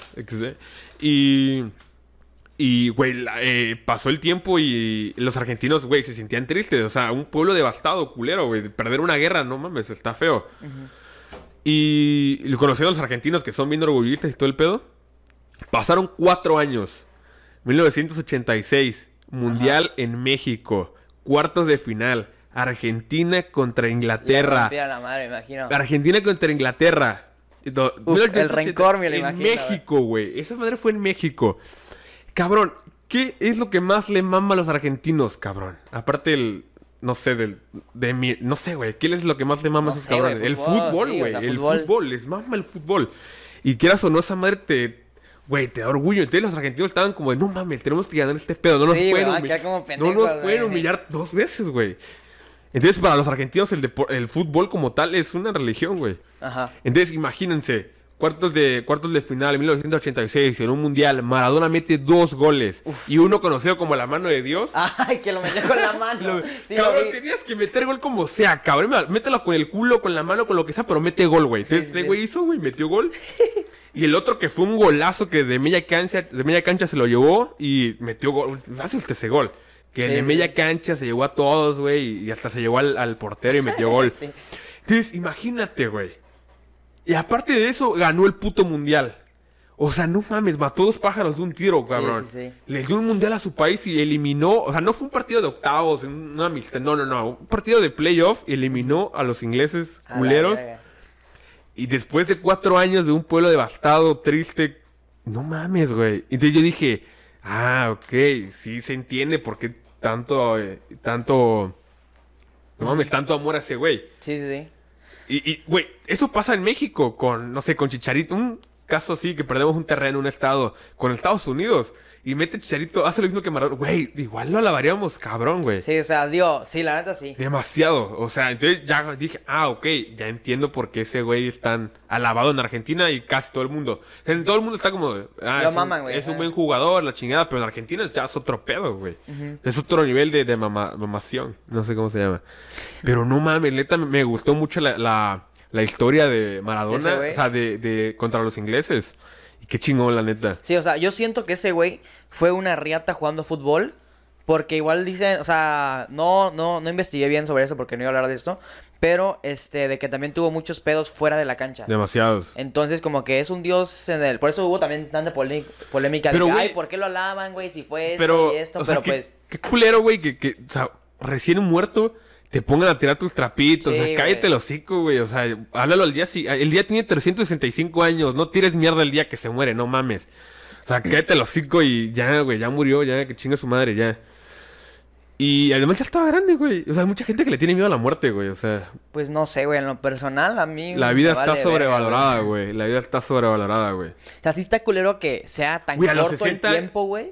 [SPEAKER 2] Y, güey, pasó el tiempo y los argentinos, güey, se sentían tristes. O sea, un pueblo devastado, culero, güey. Perder una guerra, no mames, está feo. Y conociendo a los argentinos que son bien orgullistas y todo el pedo. Pasaron 4 años. 1986, Mundial en México. Cuartos de final. Argentina contra Inglaterra.
[SPEAKER 1] rompía la madre, me imagino.
[SPEAKER 2] Argentina contra Inglaterra.
[SPEAKER 1] El rencor, me lo
[SPEAKER 2] en
[SPEAKER 1] imagino,
[SPEAKER 2] México, güey. Esa madre fue en México. Cabrón, ¿qué es lo que más le mama a los argentinos, cabrón? Aparte no sé, no sé, güey. ¿Qué es lo que más le mama a
[SPEAKER 1] No
[SPEAKER 2] esos
[SPEAKER 1] sé, güey,
[SPEAKER 2] cabrones? El
[SPEAKER 1] fútbol,
[SPEAKER 2] fútbol,
[SPEAKER 1] sí,
[SPEAKER 2] güey.
[SPEAKER 1] o sea,
[SPEAKER 2] El
[SPEAKER 1] fútbol.
[SPEAKER 2] fútbol, les mama el fútbol. Y quieras o no, esa madre güey, te da orgullo. Entonces los argentinos estaban como de, no mames, tenemos que ganar este pedo. No nos
[SPEAKER 1] Sí,
[SPEAKER 2] pueden
[SPEAKER 1] güey, van a quedar como
[SPEAKER 2] no
[SPEAKER 1] pendejos,
[SPEAKER 2] nos pueden
[SPEAKER 1] güey.
[SPEAKER 2] humillar 2 veces, güey. Entonces para los argentinos el fútbol como tal es una religión, güey.
[SPEAKER 1] Ajá.
[SPEAKER 2] Entonces imagínense, cuartos de final en 1986 en un mundial, Maradona mete 2 goles y uno conocido como la mano de Dios.
[SPEAKER 1] Ay, que lo metió con la mano. Sí,
[SPEAKER 2] cabrón,
[SPEAKER 1] lo vi.
[SPEAKER 2] tenías que meter gol como sea, cabrón. Mételo con el culo, con la mano, con lo que sea, pero mete gol, güey. Entonces, ese güey hizo, güey, metió gol. Y el otro que fue un golazo que de media cancha se lo llevó y metió gol. Fácil ese gol. Que
[SPEAKER 1] Sí,
[SPEAKER 2] de media
[SPEAKER 1] sí.
[SPEAKER 2] cancha se llevó a todos, güey, y hasta se llevó al portero y metió gol.
[SPEAKER 1] Sí.
[SPEAKER 2] Entonces, imagínate, güey. Y aparte de eso, ganó el puto mundial. O sea, no mames, mató 2 pájaros de un tiro, cabrón.
[SPEAKER 1] Sí, sí, sí.
[SPEAKER 2] Le dio un mundial a su país y eliminó. O sea, no fue un partido de octavos, una amistad. No. Un partido de playoff y eliminó a los ingleses
[SPEAKER 1] A la
[SPEAKER 2] culeros.
[SPEAKER 1] verga.
[SPEAKER 2] Y después de 4 años de un pueblo devastado, triste. No mames, güey. Entonces yo dije, ok, sí se entiende por qué tanto. No mames, tanto amor a ese güey.
[SPEAKER 1] Sí, sí, sí.
[SPEAKER 2] Güey, eso pasa en México con, no sé, con Chicharito. Un caso así, que perdemos un terreno, un estado, con Estados Unidos. Y mete Chicharito, hace lo mismo que Maradona. Güey, igual lo alabaríamos, cabrón, güey.
[SPEAKER 1] Sí, o sea, sí, la neta sí.
[SPEAKER 2] Demasiado. O sea, entonces ya dije, ok, ya entiendo por qué ese güey es tan alabado en Argentina y casi todo el mundo. O sea, en todo el mundo está como,
[SPEAKER 1] Lo maman, güey,
[SPEAKER 2] es un
[SPEAKER 1] ajá.
[SPEAKER 2] buen jugador, la chingada, pero en Argentina ya es otro pedo, güey. Es otro nivel de mamación. No sé cómo se llama. Pero no mames, neta, me gustó mucho la historia de Maradona,
[SPEAKER 1] ¿Ese güey?
[SPEAKER 2] o sea, de contra los ingleses. Y qué chingón, la neta.
[SPEAKER 1] Sí, o sea, yo siento que ese güey fue una riata jugando fútbol. Porque igual dicen, o sea, no investigué bien sobre eso porque no iba a hablar de esto. Pero, de que también tuvo muchos pedos fuera de la cancha.
[SPEAKER 2] Demasiados.
[SPEAKER 1] Entonces, como que es un dios en el... Por eso hubo también tanta polémica
[SPEAKER 2] Pero,
[SPEAKER 1] de que,
[SPEAKER 2] güey,
[SPEAKER 1] ay, ¿por qué lo alaban, güey? Si fue esto
[SPEAKER 2] Pero,
[SPEAKER 1] y esto,
[SPEAKER 2] o sea,
[SPEAKER 1] pero
[SPEAKER 2] qué,
[SPEAKER 1] pues...
[SPEAKER 2] qué culero, güey, o sea, recién muerto, te pongan a tirar tus trapitos,
[SPEAKER 1] Sí,
[SPEAKER 2] o sea, cállate
[SPEAKER 1] güey.
[SPEAKER 2] el hocico, güey, o sea, háblalo al día, el día tiene 365 años, no tires mierda el día que se muere, no mames. O sea, cállate el hocico y ya, güey, ya murió, ya, que chinga su madre, ya. Y además ya estaba grande, güey, o sea, hay mucha gente que le tiene miedo a la muerte, güey, o sea,
[SPEAKER 1] Pues no sé, güey, en lo personal a mí
[SPEAKER 2] la
[SPEAKER 1] me
[SPEAKER 2] vida
[SPEAKER 1] vale
[SPEAKER 2] está
[SPEAKER 1] verga,
[SPEAKER 2] sobrevalorada, güey, la vida está sobrevalorada, güey.
[SPEAKER 1] O sea, sí está culero que sea tan
[SPEAKER 2] Güey, a los
[SPEAKER 1] corto
[SPEAKER 2] 60
[SPEAKER 1] el tiempo, güey.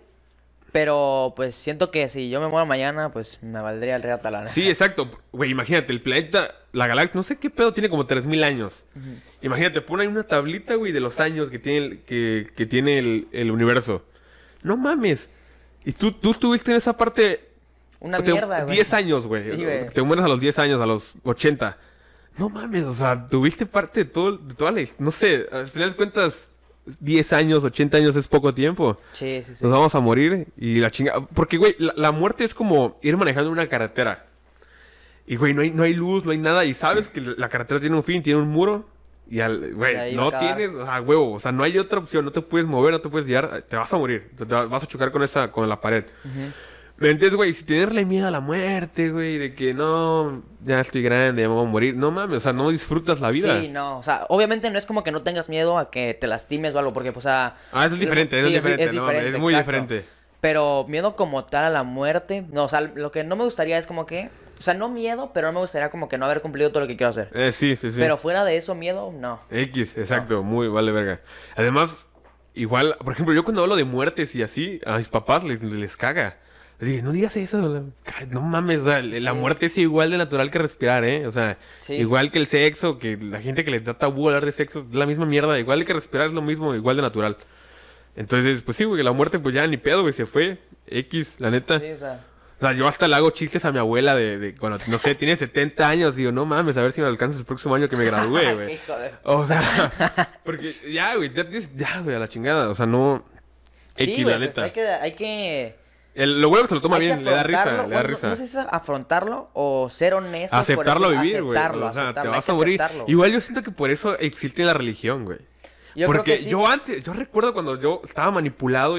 [SPEAKER 1] Pero pues siento que si yo me muero mañana, pues me valdría el reata, la neta.
[SPEAKER 2] Sí, exacto. Güey, imagínate, el planeta, la galaxia, no sé qué pedo, tiene como 3000 años. Imagínate, pon ahí una tablita, güey, de los años que tiene, que tiene el universo. No mames. Y tú tuviste en esa parte...
[SPEAKER 1] Una mierda, güey.
[SPEAKER 2] 10 años, güey.
[SPEAKER 1] Sí, güey.
[SPEAKER 2] Te mueres a los 10 años, a los 80. No mames, o sea, tuviste parte de todo, de toda la... No sé, al final de cuentas, 10 años, 80 años es poco tiempo.
[SPEAKER 1] Sí, sí, sí.
[SPEAKER 2] Nos vamos a morir y la chinga. Porque, güey, la muerte es como ir manejando una carretera. Y, güey, no hay luz, no hay nada. Y sabes que la carretera tiene un fin, tiene un muro. Y,
[SPEAKER 1] Y ahí
[SPEAKER 2] güey,
[SPEAKER 1] va a
[SPEAKER 2] no
[SPEAKER 1] acabar.
[SPEAKER 2] tienes, o sea, huevo. O sea, no hay otra opción. No te puedes mover, no te puedes guiar. Te vas a morir. Vas a chocar con la pared. Entonces, güey, si tenerle miedo a la muerte, güey, de que no, ya estoy grande, ya me voy a morir. No mames, o sea, no disfrutas la vida.
[SPEAKER 1] Sí, no, o sea, obviamente no es como que no tengas miedo a que te lastimes o algo, porque, pues, o sea...
[SPEAKER 2] Eso es diferente, eso
[SPEAKER 1] sí,
[SPEAKER 2] es diferente, no, es muy
[SPEAKER 1] exacto.
[SPEAKER 2] diferente.
[SPEAKER 1] Pero miedo como tal a la muerte, no, o sea, lo que no me gustaría es como que... O sea, no miedo, pero no me gustaría como que no haber cumplido todo lo que quiero hacer.
[SPEAKER 2] Sí.
[SPEAKER 1] Pero fuera de eso, miedo, no.
[SPEAKER 2] X, exacto, muy vale verga. Además, igual, por ejemplo, yo cuando hablo de muertes y así, a mis papás les caga. Les digo, no digas eso, no mames, o sea, la
[SPEAKER 1] Sí.
[SPEAKER 2] muerte es igual de natural que respirar, ¿eh? O sea,
[SPEAKER 1] Sí.
[SPEAKER 2] igual que el sexo, que la gente que les da tabú hablar de sexo, es la misma mierda, igual que respirar es lo mismo, igual de natural. Entonces, pues sí, güey, la muerte pues ya ni pedo, güey, se fue, X, la neta.
[SPEAKER 1] Sí, o sea...
[SPEAKER 2] O sea, yo hasta le hago chistes a mi abuela de cuando, no sé, tiene 70 años, digo, no mames, a ver si me alcanza el próximo año que me gradúe, güey.
[SPEAKER 1] Hijo de-
[SPEAKER 2] O sea, porque ya, güey, ya, güey, a la chingada. O sea, no. X,
[SPEAKER 1] Sí,
[SPEAKER 2] la
[SPEAKER 1] güey, pues
[SPEAKER 2] neta.
[SPEAKER 1] hay que...
[SPEAKER 2] Lo bueno que se lo toma
[SPEAKER 1] hay que
[SPEAKER 2] bien, le da risa,
[SPEAKER 1] afrontarlo,
[SPEAKER 2] le da
[SPEAKER 1] bueno,
[SPEAKER 2] risa.
[SPEAKER 1] No sé si es afrontarlo o ser honesto.
[SPEAKER 2] Aceptarlo a vivir, güey.
[SPEAKER 1] Aceptarlo,
[SPEAKER 2] O sea,
[SPEAKER 1] aceptarlo,
[SPEAKER 2] te
[SPEAKER 1] hay
[SPEAKER 2] vas
[SPEAKER 1] que
[SPEAKER 2] a morir.
[SPEAKER 1] aceptarlo, güey.
[SPEAKER 2] Igual yo siento que por eso existe la religión, güey.
[SPEAKER 1] Yo creo
[SPEAKER 2] Porque
[SPEAKER 1] que sí.
[SPEAKER 2] yo recuerdo cuando yo estaba manipulado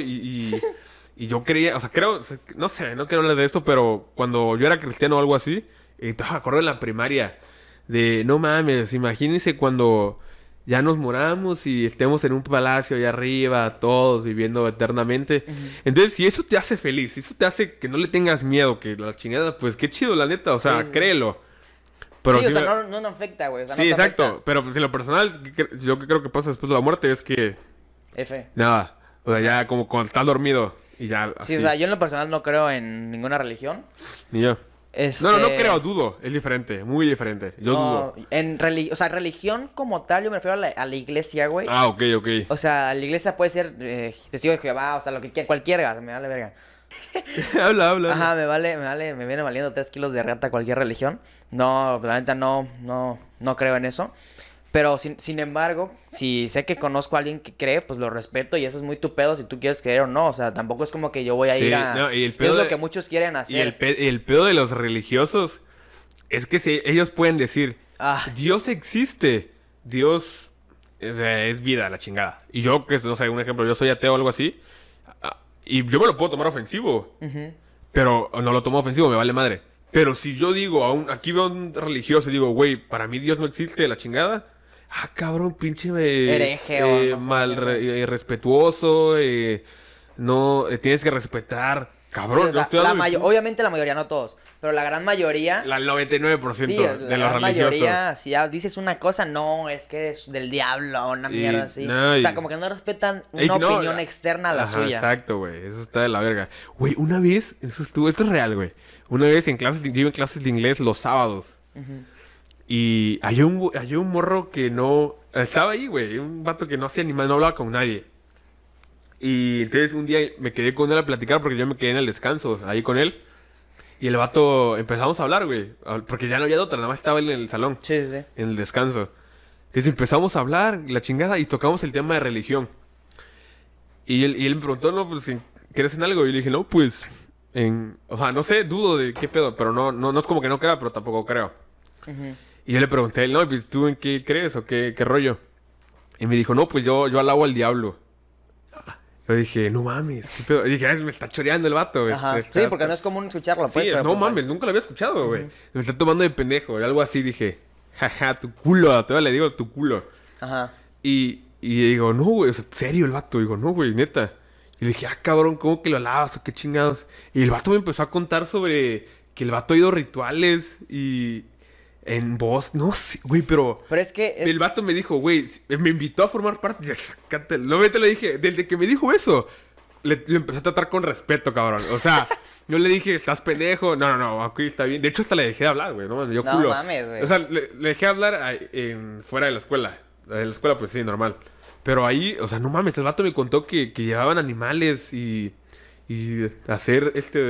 [SPEAKER 2] y yo creía, o sea, creo, no sé, no quiero hablar de esto, pero cuando yo era cristiano o algo así, y me acuerdo en la primaria de, no mames, imagínense cuando ya nos moramos y estemos en un palacio allá arriba, todos viviendo eternamente. Entonces, si eso te hace feliz, si eso te hace que no le tengas miedo, que la chingada, pues qué chido, la neta, o sea,
[SPEAKER 1] Sí.
[SPEAKER 2] créelo. Pero
[SPEAKER 1] sí, o
[SPEAKER 2] sí
[SPEAKER 1] sea,
[SPEAKER 2] me-
[SPEAKER 1] no nos afecta, güey. O sea,
[SPEAKER 2] sí,
[SPEAKER 1] no te
[SPEAKER 2] exacto.
[SPEAKER 1] afecta.
[SPEAKER 2] Pero pues, en lo personal, yo que creo que pasa después de la muerte es que
[SPEAKER 1] F.
[SPEAKER 2] nada. O sea, ya como cuando estás dormido y ya
[SPEAKER 1] Sí,
[SPEAKER 2] así.
[SPEAKER 1] o sea, yo en lo personal no creo en ninguna religión.
[SPEAKER 2] Ni yo. No creo, dudo. Es diferente, muy diferente. Yo dudo.
[SPEAKER 1] O sea, religión como tal, yo me refiero a la iglesia, güey.
[SPEAKER 2] Ah, ok.
[SPEAKER 1] O sea, la iglesia puede ser testigo de Jehová, o sea, lo que quiera, cualquiera, me vale verga.
[SPEAKER 2] Habla.
[SPEAKER 1] Ajá, me viene valiendo 3 kilos de rata cualquier religión. No, la neta no creo en eso. Pero sin embargo, si sé que conozco a alguien que cree, pues lo respeto y eso es muy tu pedo si tú quieres creer o no. O sea, tampoco es como que yo voy a ir a...
[SPEAKER 2] No, y el
[SPEAKER 1] es
[SPEAKER 2] pedo
[SPEAKER 1] lo que muchos quieren hacer.
[SPEAKER 2] Y el pedo de los religiosos es que si ellos pueden decir,
[SPEAKER 1] Ah.
[SPEAKER 2] Dios existe, Dios es vida, la chingada. Y yo, que no sé, un ejemplo, yo soy ateo o algo así, y yo me lo puedo tomar ofensivo, pero no lo tomo ofensivo, me vale madre. Pero si yo digo, aquí veo a un religioso y digo, güey, para mí Dios no existe, la chingada... Ah, cabrón, pinche
[SPEAKER 1] hereje o no sé,
[SPEAKER 2] irrespetuoso, no, tienes que respetar. Cabrón,
[SPEAKER 1] sí, o sea,
[SPEAKER 2] estoy hablando
[SPEAKER 1] obviamente la mayoría, no todos, pero la gran mayoría...
[SPEAKER 2] el 99%
[SPEAKER 1] Sí,
[SPEAKER 2] de
[SPEAKER 1] la
[SPEAKER 2] los
[SPEAKER 1] gran
[SPEAKER 2] religiosos.
[SPEAKER 1] mayoría, si ya dices una cosa, no, es que eres del diablo o una mierda así.
[SPEAKER 2] No,
[SPEAKER 1] o sea, como que no respetan una opinión externa a la suya.
[SPEAKER 2] Exacto, güey, eso está de la verga. Güey, una vez, esto es real, güey. Una vez yo iba en clases de inglés los sábados. Y hay un morro que no... Estaba ahí, güey. Un vato que no hacía ni más, no hablaba con nadie. Y entonces un día me quedé con él a platicar porque yo me quedé en el descanso ahí con él. Y el vato empezamos a hablar, güey. Porque ya no había otra, nada más estaba él en el salón.
[SPEAKER 1] Sí.
[SPEAKER 2] En el descanso. Entonces empezamos a hablar, la chingada, y tocamos el tema de religión. Y él me preguntó, no, pues, ¿quieres en algo? Y le dije, no, pues... O sea, no sé, dudo de qué pedo, pero no es como que no crea, pero tampoco creo. Y yo le pregunté a él, no, pues ¿tú en qué crees o qué rollo? Y me dijo, no, pues yo alabo al diablo. Yo dije, no mames, qué pedo. Y dije, me está choreando el vato, güey.
[SPEAKER 1] Ajá. Sí, porque no es común escucharlo, pues.
[SPEAKER 2] Sí,
[SPEAKER 1] pero,
[SPEAKER 2] no
[SPEAKER 1] pues,
[SPEAKER 2] mames, nunca lo había escuchado, güey. Me está tomando de pendejo, algo así, dije, jaja, tu culo, todavía le digo tu culo.
[SPEAKER 1] Ajá.
[SPEAKER 2] Y digo, no, güey, o sea, serio el vato. Digo, no, güey, neta. Y le dije, cabrón, ¿cómo que lo alabas o qué chingados? Y el vato me empezó a contar sobre que el vato ha ido a rituales y... En voz, no sé, güey, pero
[SPEAKER 1] es que...
[SPEAKER 2] El vato me dijo, güey, me invitó a formar parte. Sácate. No, te lo dije, desde que me dijo eso, le empecé a tratar con respeto, cabrón. O sea, yo le dije, estás pendejo. No, aquí está bien. De hecho, hasta le dejé de hablar, güey, no me culo.
[SPEAKER 1] Mames, güey.
[SPEAKER 2] O sea, le dejé de hablar fuera de la escuela. En la escuela, pues sí, normal. Pero ahí, o sea, no mames, el vato me contó que llevaban animales y hacer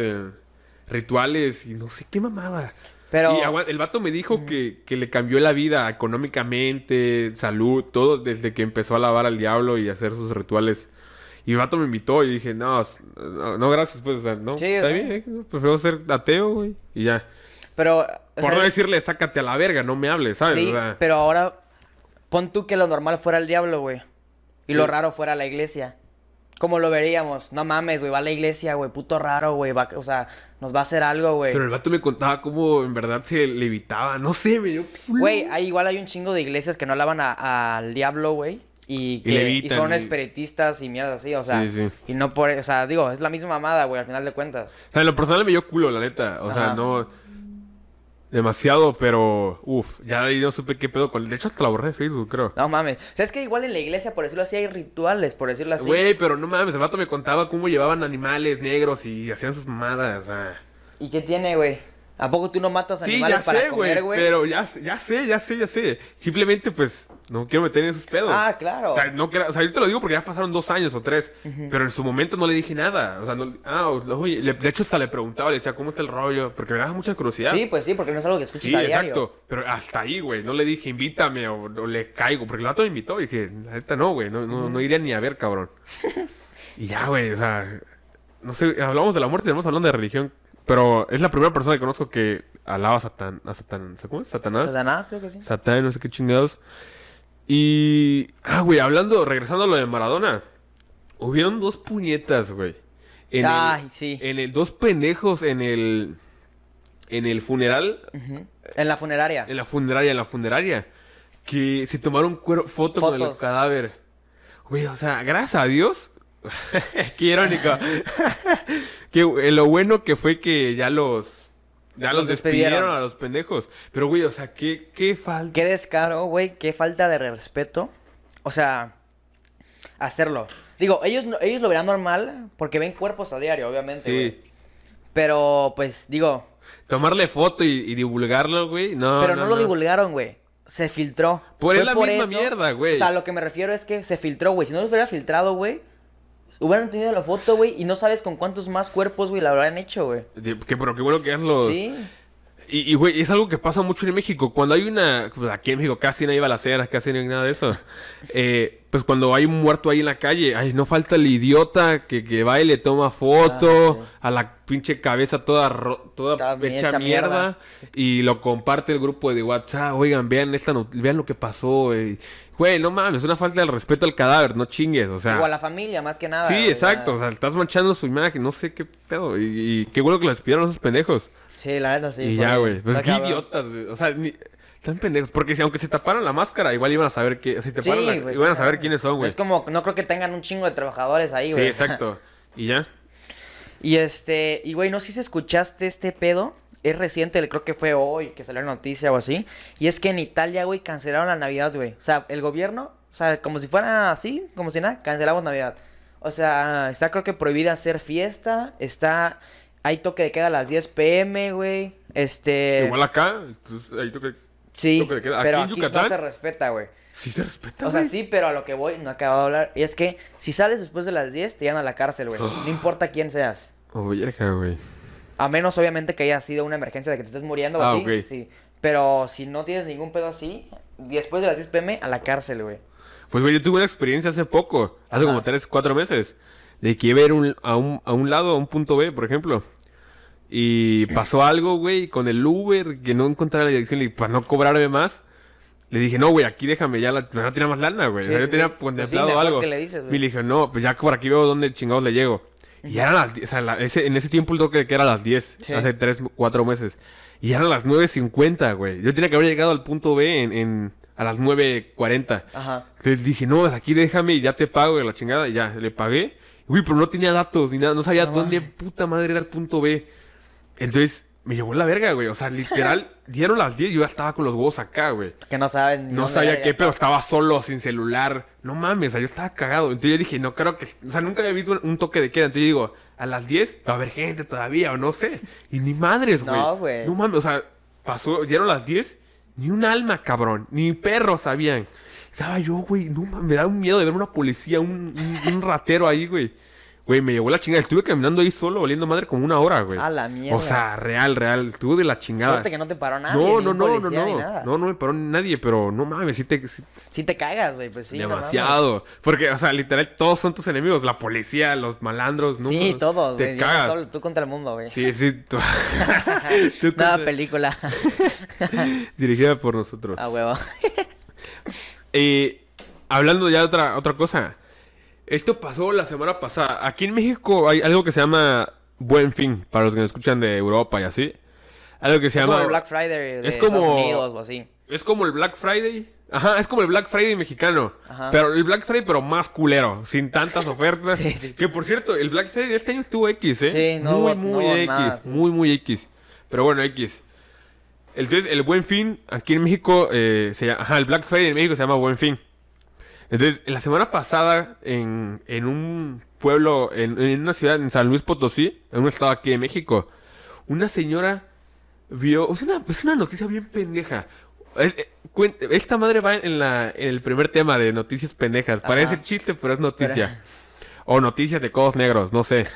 [SPEAKER 2] rituales y no sé qué mamada.
[SPEAKER 1] Pero...
[SPEAKER 2] Y el vato me dijo que le cambió la vida económicamente, salud, todo desde que empezó a alabar al diablo y hacer sus rituales. Y el vato me invitó y dije, no, gracias, pues, o sea, no,
[SPEAKER 1] sí,
[SPEAKER 2] está bien, prefiero ser ateo, güey, y ya.
[SPEAKER 1] Pero...
[SPEAKER 2] Por no decirle, sácate a la verga, no me hables, ¿sabes?
[SPEAKER 1] Sí,
[SPEAKER 2] o sea,
[SPEAKER 1] pero ahora pon tú que lo normal fuera el diablo, güey. Y lo raro fuera la iglesia. ¿Cómo lo veríamos? No mames, güey, va a la iglesia, güey, puto raro, güey, o sea, nos va a hacer algo, güey.
[SPEAKER 2] Pero el vato me contaba cómo en verdad se levitaba, no sé, me dio culo.
[SPEAKER 1] Güey, igual hay un chingo de iglesias que no alaban al diablo, güey. Y son espiritistas y mierda así, o sea.
[SPEAKER 2] Sí.
[SPEAKER 1] Y no por... O sea, digo, es la misma mamada, güey, al final de cuentas.
[SPEAKER 2] O sea, en lo personal me dio culo, la neta. O sea, no... Demasiado, pero... ya ahí no supe qué pedo con... De hecho, hasta la borré de Facebook, creo.
[SPEAKER 1] No mames. O sea, es que igual en la iglesia, por decirlo así, hay rituales, por decirlo así.
[SPEAKER 2] Güey, pero no mames, el vato me contaba cómo llevaban animales negros y hacían sus mamadas, o sea...
[SPEAKER 1] ¿Y qué tiene, güey? ¿A poco tú no matas animales para comer, güey?
[SPEAKER 2] Pero ya sé. Simplemente, pues, no quiero meter en esos pedos.
[SPEAKER 1] Ah, claro.
[SPEAKER 2] O sea, yo te lo digo porque ya pasaron 2 años o 3. Pero en su momento no le dije nada. O sea, oye, de hecho hasta le preguntaba, le decía, ¿cómo está el rollo? Porque me daba mucha curiosidad.
[SPEAKER 1] Sí, pues sí, porque no es algo que escuches a diario.
[SPEAKER 2] Exacto. Pero hasta ahí, güey. No le dije, invítame o le caigo. Porque el vato me invitó y dije, la neta no, güey. No iría ni a ver, cabrón. Y ya, güey, o sea... No sé, hablamos de la muerte y estamos hablando de religión. Pero es la primera persona que conozco que alaba a Satán. ¿Cómo es? ¿Satanás?
[SPEAKER 1] Satanás, creo que sí.
[SPEAKER 2] Satán, no sé qué chingados. Y... güey, regresando a lo de Maradona. Hubieron 2 puñetas, güey.
[SPEAKER 1] Sí.
[SPEAKER 2] Dos pendejos en el funeral.
[SPEAKER 1] En la funeraria.
[SPEAKER 2] En la funeraria. Que se tomaron fotos con el cadáver. Güey, o sea, gracias a Dios... Qué irónico. Que lo bueno que fue que ya los despidieron a los pendejos. Pero, güey, o sea, qué falta.
[SPEAKER 1] Qué descaro, güey, qué falta de respeto. O sea, hacerlo. Digo, ellos lo verán normal porque ven cuerpos a diario, obviamente, güey.
[SPEAKER 2] Sí.
[SPEAKER 1] Pero, pues, digo,
[SPEAKER 2] Tomarle foto y divulgarlo, güey. No,
[SPEAKER 1] Pero no lo divulgaron, güey. Se filtró.
[SPEAKER 2] Por
[SPEAKER 1] Fue
[SPEAKER 2] la misma mierda, güey.
[SPEAKER 1] O sea, lo que me refiero es que se filtró, güey. Si no lo hubiera filtrado, güey, hubieran tenido la foto, güey, y no sabes con cuántos más cuerpos, güey, la habrán hecho, güey.
[SPEAKER 2] Pero qué bueno que hazlo.
[SPEAKER 1] Sí.
[SPEAKER 2] Y, güey, es algo que pasa mucho en México. Cuando hay una... Pues aquí en México casi no hay balaceras, casi no hay nada de eso. Pues cuando hay un muerto ahí en la calle, ay, no falta el idiota que va y le toma foto
[SPEAKER 1] sí.
[SPEAKER 2] a la pinche cabeza toda
[SPEAKER 1] Está bien
[SPEAKER 2] hecha
[SPEAKER 1] hecha
[SPEAKER 2] mierda.
[SPEAKER 1] mierda.
[SPEAKER 2] Y lo comparte el grupo de WhatsApp. Oigan, vean lo que pasó, güey. Güey, no mames, es una falta de respeto al cadáver, no chingues, o sea...
[SPEAKER 1] O a la familia, más que nada.
[SPEAKER 2] Sí,
[SPEAKER 1] güey,
[SPEAKER 2] exacto, o sea, estás manchando su imagen, no sé qué pedo. Y qué bueno que lo despidieron a esos pendejos.
[SPEAKER 1] Sí, la neta sí.
[SPEAKER 2] Y ya, güey. Pues
[SPEAKER 1] está
[SPEAKER 2] qué
[SPEAKER 1] cabrón.
[SPEAKER 2] idiotas, güey. O sea, están pendejos. Porque aunque se taparan la máscara, igual iban a saber que. O sea, si
[SPEAKER 1] Sí,
[SPEAKER 2] taparan
[SPEAKER 1] güey,
[SPEAKER 2] iban a
[SPEAKER 1] sí,
[SPEAKER 2] saber
[SPEAKER 1] claro.
[SPEAKER 2] quiénes son, güey.
[SPEAKER 1] Es como, no creo que tengan un chingo de trabajadores ahí,
[SPEAKER 2] Sí,
[SPEAKER 1] güey.
[SPEAKER 2] exacto. Y ya.
[SPEAKER 1] Y güey, no sé si escuchaste este pedo. Es reciente, creo que fue hoy que salió la noticia o así. Y es que en Italia, güey, cancelaron la Navidad, güey. O sea, el gobierno, o sea, como si fuera así, como si nada, cancelamos Navidad. O sea, está creo que prohibida hacer fiesta. Hay toque de queda a las 10 p.m., güey.
[SPEAKER 2] Igual acá. Entonces, ahí
[SPEAKER 1] Sí,
[SPEAKER 2] toque de queda.
[SPEAKER 1] pero
[SPEAKER 2] Aquí en
[SPEAKER 1] aquí no
[SPEAKER 2] Yucatán.
[SPEAKER 1] se respeta, güey.
[SPEAKER 2] Sí se respeta,
[SPEAKER 1] O sea,
[SPEAKER 2] güey.
[SPEAKER 1] sí, pero a lo que voy, no acabo de hablar. Y es que si sales después de las 10, te llevan a la cárcel, güey. No importa quién seas.
[SPEAKER 2] Oh, verga, güey.
[SPEAKER 1] A menos, obviamente, que haya sido una emergencia de que te estés muriendo o así.
[SPEAKER 2] Ok.
[SPEAKER 1] Sí. Pero si no tienes ningún pedo así, después de las 10 p.m., a la cárcel, güey.
[SPEAKER 2] Pues, güey, yo tuve una experiencia hace poco. Hace
[SPEAKER 1] Ajá.
[SPEAKER 2] como 3, 4 meses. De que iba a ir a un lado, a un punto B, por ejemplo. Y pasó algo, güey, con el Uber, que no encontraba la dirección. Y para no cobrarme más, le dije, no, güey, aquí déjame, ya no tenía más lana, güey.
[SPEAKER 1] Sí,
[SPEAKER 2] O sea, yo
[SPEAKER 1] sí,
[SPEAKER 2] tenía
[SPEAKER 1] sí.
[SPEAKER 2] contemplado
[SPEAKER 1] Pues sí, mejor
[SPEAKER 2] algo.
[SPEAKER 1] que le dices, güey.
[SPEAKER 2] Y le dije, no, pues ya por aquí veo dónde chingados le llego. Y ya eran las 10, o sea, en ese tiempo el toque de queda era las 10,
[SPEAKER 1] Sí.
[SPEAKER 2] hace 3, 4 meses. Y eran las 9:50, güey. Yo tenía que haber llegado al punto B a las 9:40.
[SPEAKER 1] Ajá.
[SPEAKER 2] Entonces dije, no, pues aquí déjame y ya te pago de la chingada. Y ya, le pagué. Uy, pero no tenía datos ni nada, no sabía
[SPEAKER 1] No
[SPEAKER 2] dónde
[SPEAKER 1] mames.
[SPEAKER 2] puta madre era el punto B. Entonces, me llevó la verga, güey. O sea, literal, dieron las 10 y yo ya estaba con los huevos acá, güey.
[SPEAKER 1] Que no saben.
[SPEAKER 2] No sabía qué, pero estaba solo, sin celular. No mames, o sea, yo estaba cagado. Entonces yo dije, no creo que... O sea, nunca había visto un toque de queda. Entonces yo digo, a las 10 va a haber gente todavía, o no sé. Y ni madres, güey.
[SPEAKER 1] No, güey.
[SPEAKER 2] No mames, o sea, dieron las 10, ni un alma, cabrón. Ni perros sabían. Estaba yo, güey, no mames, me da un miedo de ver una policía, un ratero ahí, güey. Güey, me llevó la chingada. Estuve caminando ahí solo, oliendo madre como una hora, güey.
[SPEAKER 1] A la mierda.
[SPEAKER 2] O sea, real. Estuve de la chingada.
[SPEAKER 1] Suerte que no te paró nadie.
[SPEAKER 2] No,
[SPEAKER 1] ni
[SPEAKER 2] no,
[SPEAKER 1] un
[SPEAKER 2] no, no,
[SPEAKER 1] policía, ni
[SPEAKER 2] no.
[SPEAKER 1] nada.
[SPEAKER 2] No, no me paró nadie, pero no mames,
[SPEAKER 1] Sí te cagas, güey, pues sí. no mames.
[SPEAKER 2] demasiado. Porque, o sea, literal, todos son tus enemigos. La policía, los malandros, ¿no?
[SPEAKER 1] Sí, todos,
[SPEAKER 2] Te
[SPEAKER 1] güey. Yo
[SPEAKER 2] cagas.
[SPEAKER 1] solo, tú contra el mundo, güey.
[SPEAKER 2] Sí, sí. Tú
[SPEAKER 1] Nada,
[SPEAKER 2] contra-
[SPEAKER 1] película.
[SPEAKER 2] Dirigida por nosotros.
[SPEAKER 1] A huevo.
[SPEAKER 2] Hablando ya de otra cosa. Esto pasó la semana pasada. Aquí en México hay algo que se llama Buen Fin, para los que nos escuchan de Europa y así. Algo que se
[SPEAKER 1] Es
[SPEAKER 2] llama...
[SPEAKER 1] como el Black Friday de
[SPEAKER 2] es como-
[SPEAKER 1] Estados Unidos o así.
[SPEAKER 2] Es como el Black Friday. Ajá, es como el Black Friday mexicano.
[SPEAKER 1] Ajá.
[SPEAKER 2] Pero el Black Friday, pero más culero. Sin tantas ofertas.
[SPEAKER 1] Sí, sí.
[SPEAKER 2] Que por cierto, el Black Friday de este año estuvo X, ¿eh?
[SPEAKER 1] Sí, no
[SPEAKER 2] muy,
[SPEAKER 1] hubo-
[SPEAKER 2] muy
[SPEAKER 1] no hubo
[SPEAKER 2] X.
[SPEAKER 1] nada, sí.
[SPEAKER 2] Muy, muy X. Pero bueno, X. Entonces, el Buen Fin, aquí en México, el Black Friday en México se llama Buen Fin. Entonces, la semana pasada, en un pueblo, en una ciudad, en San Luis Potosí, en un estado aquí de México, una señora vio... Es una noticia bien pendeja. Esta madre va en el primer tema de noticias pendejas.
[SPEAKER 1] Ajá.
[SPEAKER 2] Parece chiste, pero es noticia. O noticias de codos negros, no sé.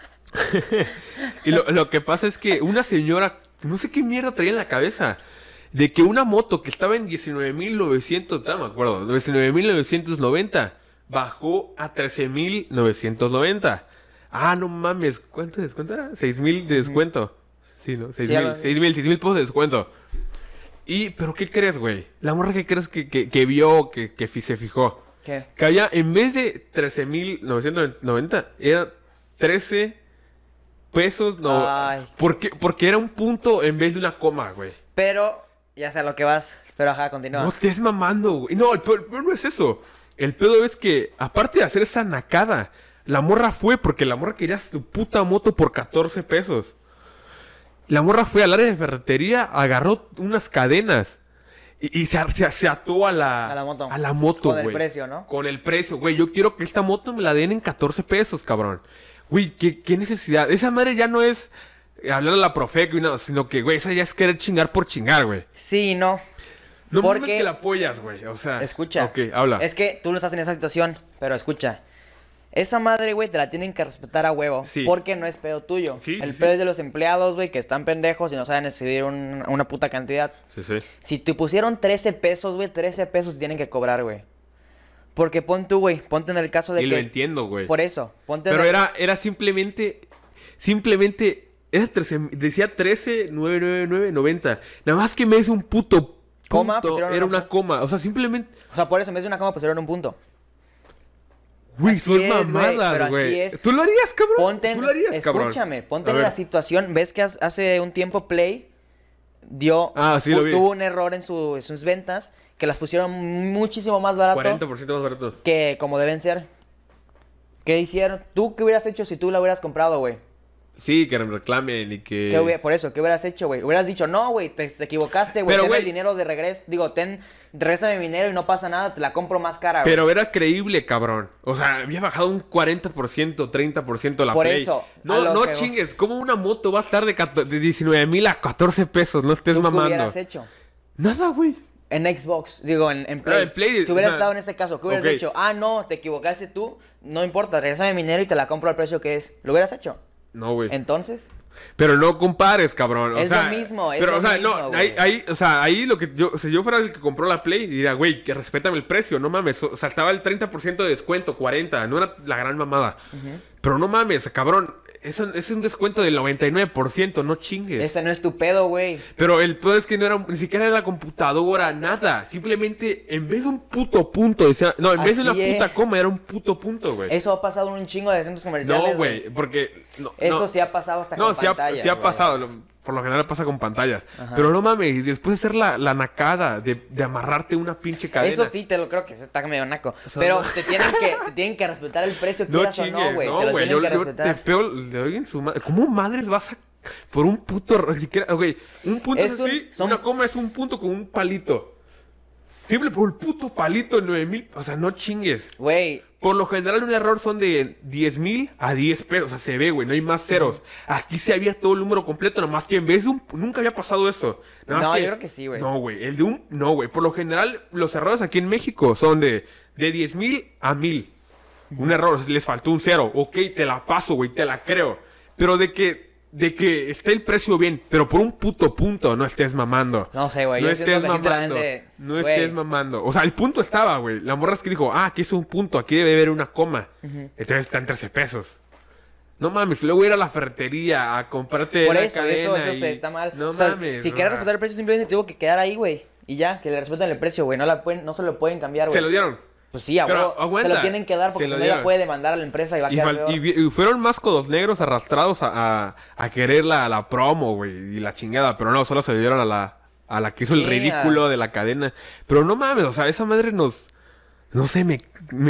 [SPEAKER 2] Y lo que pasa es que una señora, no sé qué mierda traía en la cabeza, de que una moto que estaba en 19.900, no me acuerdo, 19.990, bajó a 13.990. Ah, no mames, ¿cuánto de descuento era? 6.000 de descuento. Sí, ¿no? 6.000 pesos de descuento. ¿Pero qué crees, güey? La morra que crees que vio, que se fijó.
[SPEAKER 1] ¿Qué?
[SPEAKER 2] Que había, en vez de 13.990, era 13 pesos, no.
[SPEAKER 1] Ay.
[SPEAKER 2] Porque era un punto en vez de una coma, güey.
[SPEAKER 1] Pero, ya sé a lo que vas. Pero ajá, continúa.
[SPEAKER 2] No estés mamando, güey. No, el peor no es eso. El pedo es que, aparte de hacer esa nacada, la morra fue porque la morra quería su puta moto por 14 pesos. La morra fue al área de ferretería, agarró unas cadenas y se ató a la
[SPEAKER 1] moto.
[SPEAKER 2] A la moto,
[SPEAKER 1] Con el
[SPEAKER 2] güey.
[SPEAKER 1] precio, ¿no?
[SPEAKER 2] Con el precio, güey. Yo quiero que esta moto me la den en 14 pesos, cabrón. Güey, ¿qué necesidad? Esa madre ya no es hablar a la Profeco y no, sino que, güey, eso ya es querer chingar por chingar, güey.
[SPEAKER 1] Sí, no.
[SPEAKER 2] No
[SPEAKER 1] Porque-
[SPEAKER 2] mames que la apoyas, güey, o sea.
[SPEAKER 1] Escucha.
[SPEAKER 2] Ok, habla.
[SPEAKER 1] Es que tú no estás en esa situación, pero escucha. Esa madre, güey, te la tienen que respetar a huevo.
[SPEAKER 2] Sí.
[SPEAKER 1] Porque no es pedo tuyo.
[SPEAKER 2] Sí,
[SPEAKER 1] El
[SPEAKER 2] sí,
[SPEAKER 1] pedo
[SPEAKER 2] sí.
[SPEAKER 1] es de los empleados, güey, que están pendejos y no saben escribir una puta cantidad.
[SPEAKER 2] Sí, sí.
[SPEAKER 1] Si te pusieron 13 pesos, güey, 13 pesos tienen que cobrar, güey. Porque pon tú, güey, ponte en el caso de
[SPEAKER 2] Y
[SPEAKER 1] que...
[SPEAKER 2] lo entiendo, güey.
[SPEAKER 1] Por eso, ponte
[SPEAKER 2] Pero
[SPEAKER 1] en el...
[SPEAKER 2] era simplemente, era 13, decía 13,999,90. Nada más que me es un puto
[SPEAKER 1] Coma,
[SPEAKER 2] punto,
[SPEAKER 1] pusieron
[SPEAKER 2] era
[SPEAKER 1] una
[SPEAKER 2] una coma. O sea, simplemente,
[SPEAKER 1] O sea, por eso en vez de una coma pusieron un punto.
[SPEAKER 2] güey,
[SPEAKER 1] Así
[SPEAKER 2] son
[SPEAKER 1] es, güey, pero
[SPEAKER 2] mamadas,
[SPEAKER 1] así
[SPEAKER 2] güey.
[SPEAKER 1] es.
[SPEAKER 2] ¿Tú lo harías, cabrón?
[SPEAKER 1] Ponte
[SPEAKER 2] ¿Tú lo harías, cabrón?
[SPEAKER 1] Escúchame, ponte
[SPEAKER 2] A
[SPEAKER 1] en
[SPEAKER 2] ver.
[SPEAKER 1] la situación. ¿Ves que hace un tiempo Play
[SPEAKER 2] Sí, lo vi.
[SPEAKER 1] tuvo un error en sus ventas que las pusieron muchísimo más barato
[SPEAKER 2] 40% más barato.
[SPEAKER 1] que como deben ser? ¿Qué hicieron? ¿Tú qué hubieras hecho si tú la hubieras comprado, güey?
[SPEAKER 2] Sí, que reclamen y que...
[SPEAKER 1] Por eso, ¿qué hubieras hecho, güey? Hubieras dicho, no, güey, te equivocaste, güey,
[SPEAKER 2] Pero,
[SPEAKER 1] ten
[SPEAKER 2] güey-
[SPEAKER 1] el dinero de regreso. Digo, regrésame mi dinero y no pasa nada, te la compro más cara, güey.
[SPEAKER 2] Pero era creíble, cabrón. O sea, había bajado un 40%, 30% la
[SPEAKER 1] Por
[SPEAKER 2] Play.
[SPEAKER 1] eso, a
[SPEAKER 2] No,
[SPEAKER 1] lo
[SPEAKER 2] no
[SPEAKER 1] que-
[SPEAKER 2] chingues. ¿Cómo una moto va a estar de 19,000 a 14 pesos? No estés
[SPEAKER 1] ¿Tú qué
[SPEAKER 2] mamando.
[SPEAKER 1] hubieras hecho?
[SPEAKER 2] Nada, güey.
[SPEAKER 1] En Xbox, digo, en Play.
[SPEAKER 2] en Play,
[SPEAKER 1] Si hubieras
[SPEAKER 2] o sea,
[SPEAKER 1] estado en este caso, ¿qué hubieras
[SPEAKER 2] ok.
[SPEAKER 1] hecho? Ah, no, te equivocaste tú, no importa, regrésame mi dinero y te la compro al precio que es. ¿Lo hubieras hecho?
[SPEAKER 2] No, güey.
[SPEAKER 1] Entonces,
[SPEAKER 2] Pero no compares, cabrón. O
[SPEAKER 1] Es
[SPEAKER 2] sea,
[SPEAKER 1] lo mismo, es
[SPEAKER 2] pero,
[SPEAKER 1] lo
[SPEAKER 2] o sea,
[SPEAKER 1] mismo,
[SPEAKER 2] no,
[SPEAKER 1] güey.
[SPEAKER 2] o sea, ahí lo que yo, si yo fuera el que compró la Play, diría, güey, que respétame el precio, no mames. Saltaba el 30% de descuento, 40%, no era la gran mamada. Pero no mames, cabrón, es un descuento del 99%, no chingues.
[SPEAKER 1] ese no es tu pedo, güey.
[SPEAKER 2] Pero el peor es que no era, ni siquiera era la computadora, nada. Simplemente, en vez de un puto punto, decía, no, en vez de una
[SPEAKER 1] Así
[SPEAKER 2] puta
[SPEAKER 1] es.
[SPEAKER 2] coma, era un puto punto, güey.
[SPEAKER 1] Eso ha pasado en un chingo de centros comerciales,
[SPEAKER 2] No, güey, porque... No,
[SPEAKER 1] Eso
[SPEAKER 2] no.
[SPEAKER 1] sí ha pasado hasta
[SPEAKER 2] No,
[SPEAKER 1] con
[SPEAKER 2] sí
[SPEAKER 1] pantallas,
[SPEAKER 2] sí ha
[SPEAKER 1] güey.
[SPEAKER 2] pasado. Por lo general pasa con pantallas.
[SPEAKER 1] Ajá.
[SPEAKER 2] Pero no mames, y después de hacer la nacada de amarrarte una pinche cadena.
[SPEAKER 1] Eso sí te lo creo que se está medio naco.
[SPEAKER 2] Son-
[SPEAKER 1] Pero te tienen que respetar el precio,
[SPEAKER 2] No
[SPEAKER 1] quieras o
[SPEAKER 2] chingues,
[SPEAKER 1] no, güey.
[SPEAKER 2] no,
[SPEAKER 1] Te lo
[SPEAKER 2] güey.
[SPEAKER 1] tienen que
[SPEAKER 2] Yo te
[SPEAKER 1] respetar.
[SPEAKER 2] pego, le doy en su madre. ¿Cómo madres vas a...? Por un puto... Ni siquiera... Güey, un punto es
[SPEAKER 1] Es un-
[SPEAKER 2] así,
[SPEAKER 1] son-
[SPEAKER 2] una coma es un punto con un palito. Simple por el puto palito, 9,000... O sea, no chingues.
[SPEAKER 1] Güey,
[SPEAKER 2] Por lo general un error son de 10,000 a 10 pesos. O sea, se ve, güey, no hay más ceros. Aquí se había todo el número completo, nomás que en vez de un... Nunca había pasado eso. Nada más
[SPEAKER 1] No, yo creo que sí, güey.
[SPEAKER 2] No, güey, el de un... No, güey, por lo general los errores aquí en México son de 10,000 a 1,000. Un error, les faltó un cero. Ok, te la paso, güey, te la creo. Pero de que esté el precio bien, pero por un puto punto no estés mamando.
[SPEAKER 1] no sé, güey.
[SPEAKER 2] No
[SPEAKER 1] Yo siento
[SPEAKER 2] estés
[SPEAKER 1] que siente la
[SPEAKER 2] mamando.
[SPEAKER 1] gente...
[SPEAKER 2] No
[SPEAKER 1] güey,
[SPEAKER 2] estés mamando. O sea, el punto estaba, güey. La morra es que dijo, aquí es un punto, aquí debe haber una coma. Entonces están 13 pesos. No mames, luego ir a la ferretería a comprarte
[SPEAKER 1] Por
[SPEAKER 2] la
[SPEAKER 1] eso,
[SPEAKER 2] cadena
[SPEAKER 1] eso
[SPEAKER 2] y-
[SPEAKER 1] se está mal.
[SPEAKER 2] No
[SPEAKER 1] O sea,
[SPEAKER 2] mames.
[SPEAKER 1] si
[SPEAKER 2] o
[SPEAKER 1] quieres
[SPEAKER 2] sea,
[SPEAKER 1] respetar el precio, simplemente tuvo que quedar ahí, güey. Y ya, que le respeten el precio, güey. No se lo pueden cambiar, güey.
[SPEAKER 2] Se lo dieron.
[SPEAKER 1] Pues sí,
[SPEAKER 2] Pero
[SPEAKER 1] huevo, se
[SPEAKER 2] aguanta,
[SPEAKER 1] lo tienen que dar porque
[SPEAKER 2] se
[SPEAKER 1] si
[SPEAKER 2] lo
[SPEAKER 1] no ella
[SPEAKER 2] dieron.
[SPEAKER 1] puede demandar a la empresa y va a
[SPEAKER 2] Y,
[SPEAKER 1] quedar
[SPEAKER 2] fal-
[SPEAKER 1] peor.
[SPEAKER 2] y fueron más codos negros arrastrados a querer la promo, güey, y la chingada. Pero no, solo se dieron a la que hizo el
[SPEAKER 1] Sí,
[SPEAKER 2] ridículo de la cadena. Pero no mames, o sea, esa madre nos... No sé, me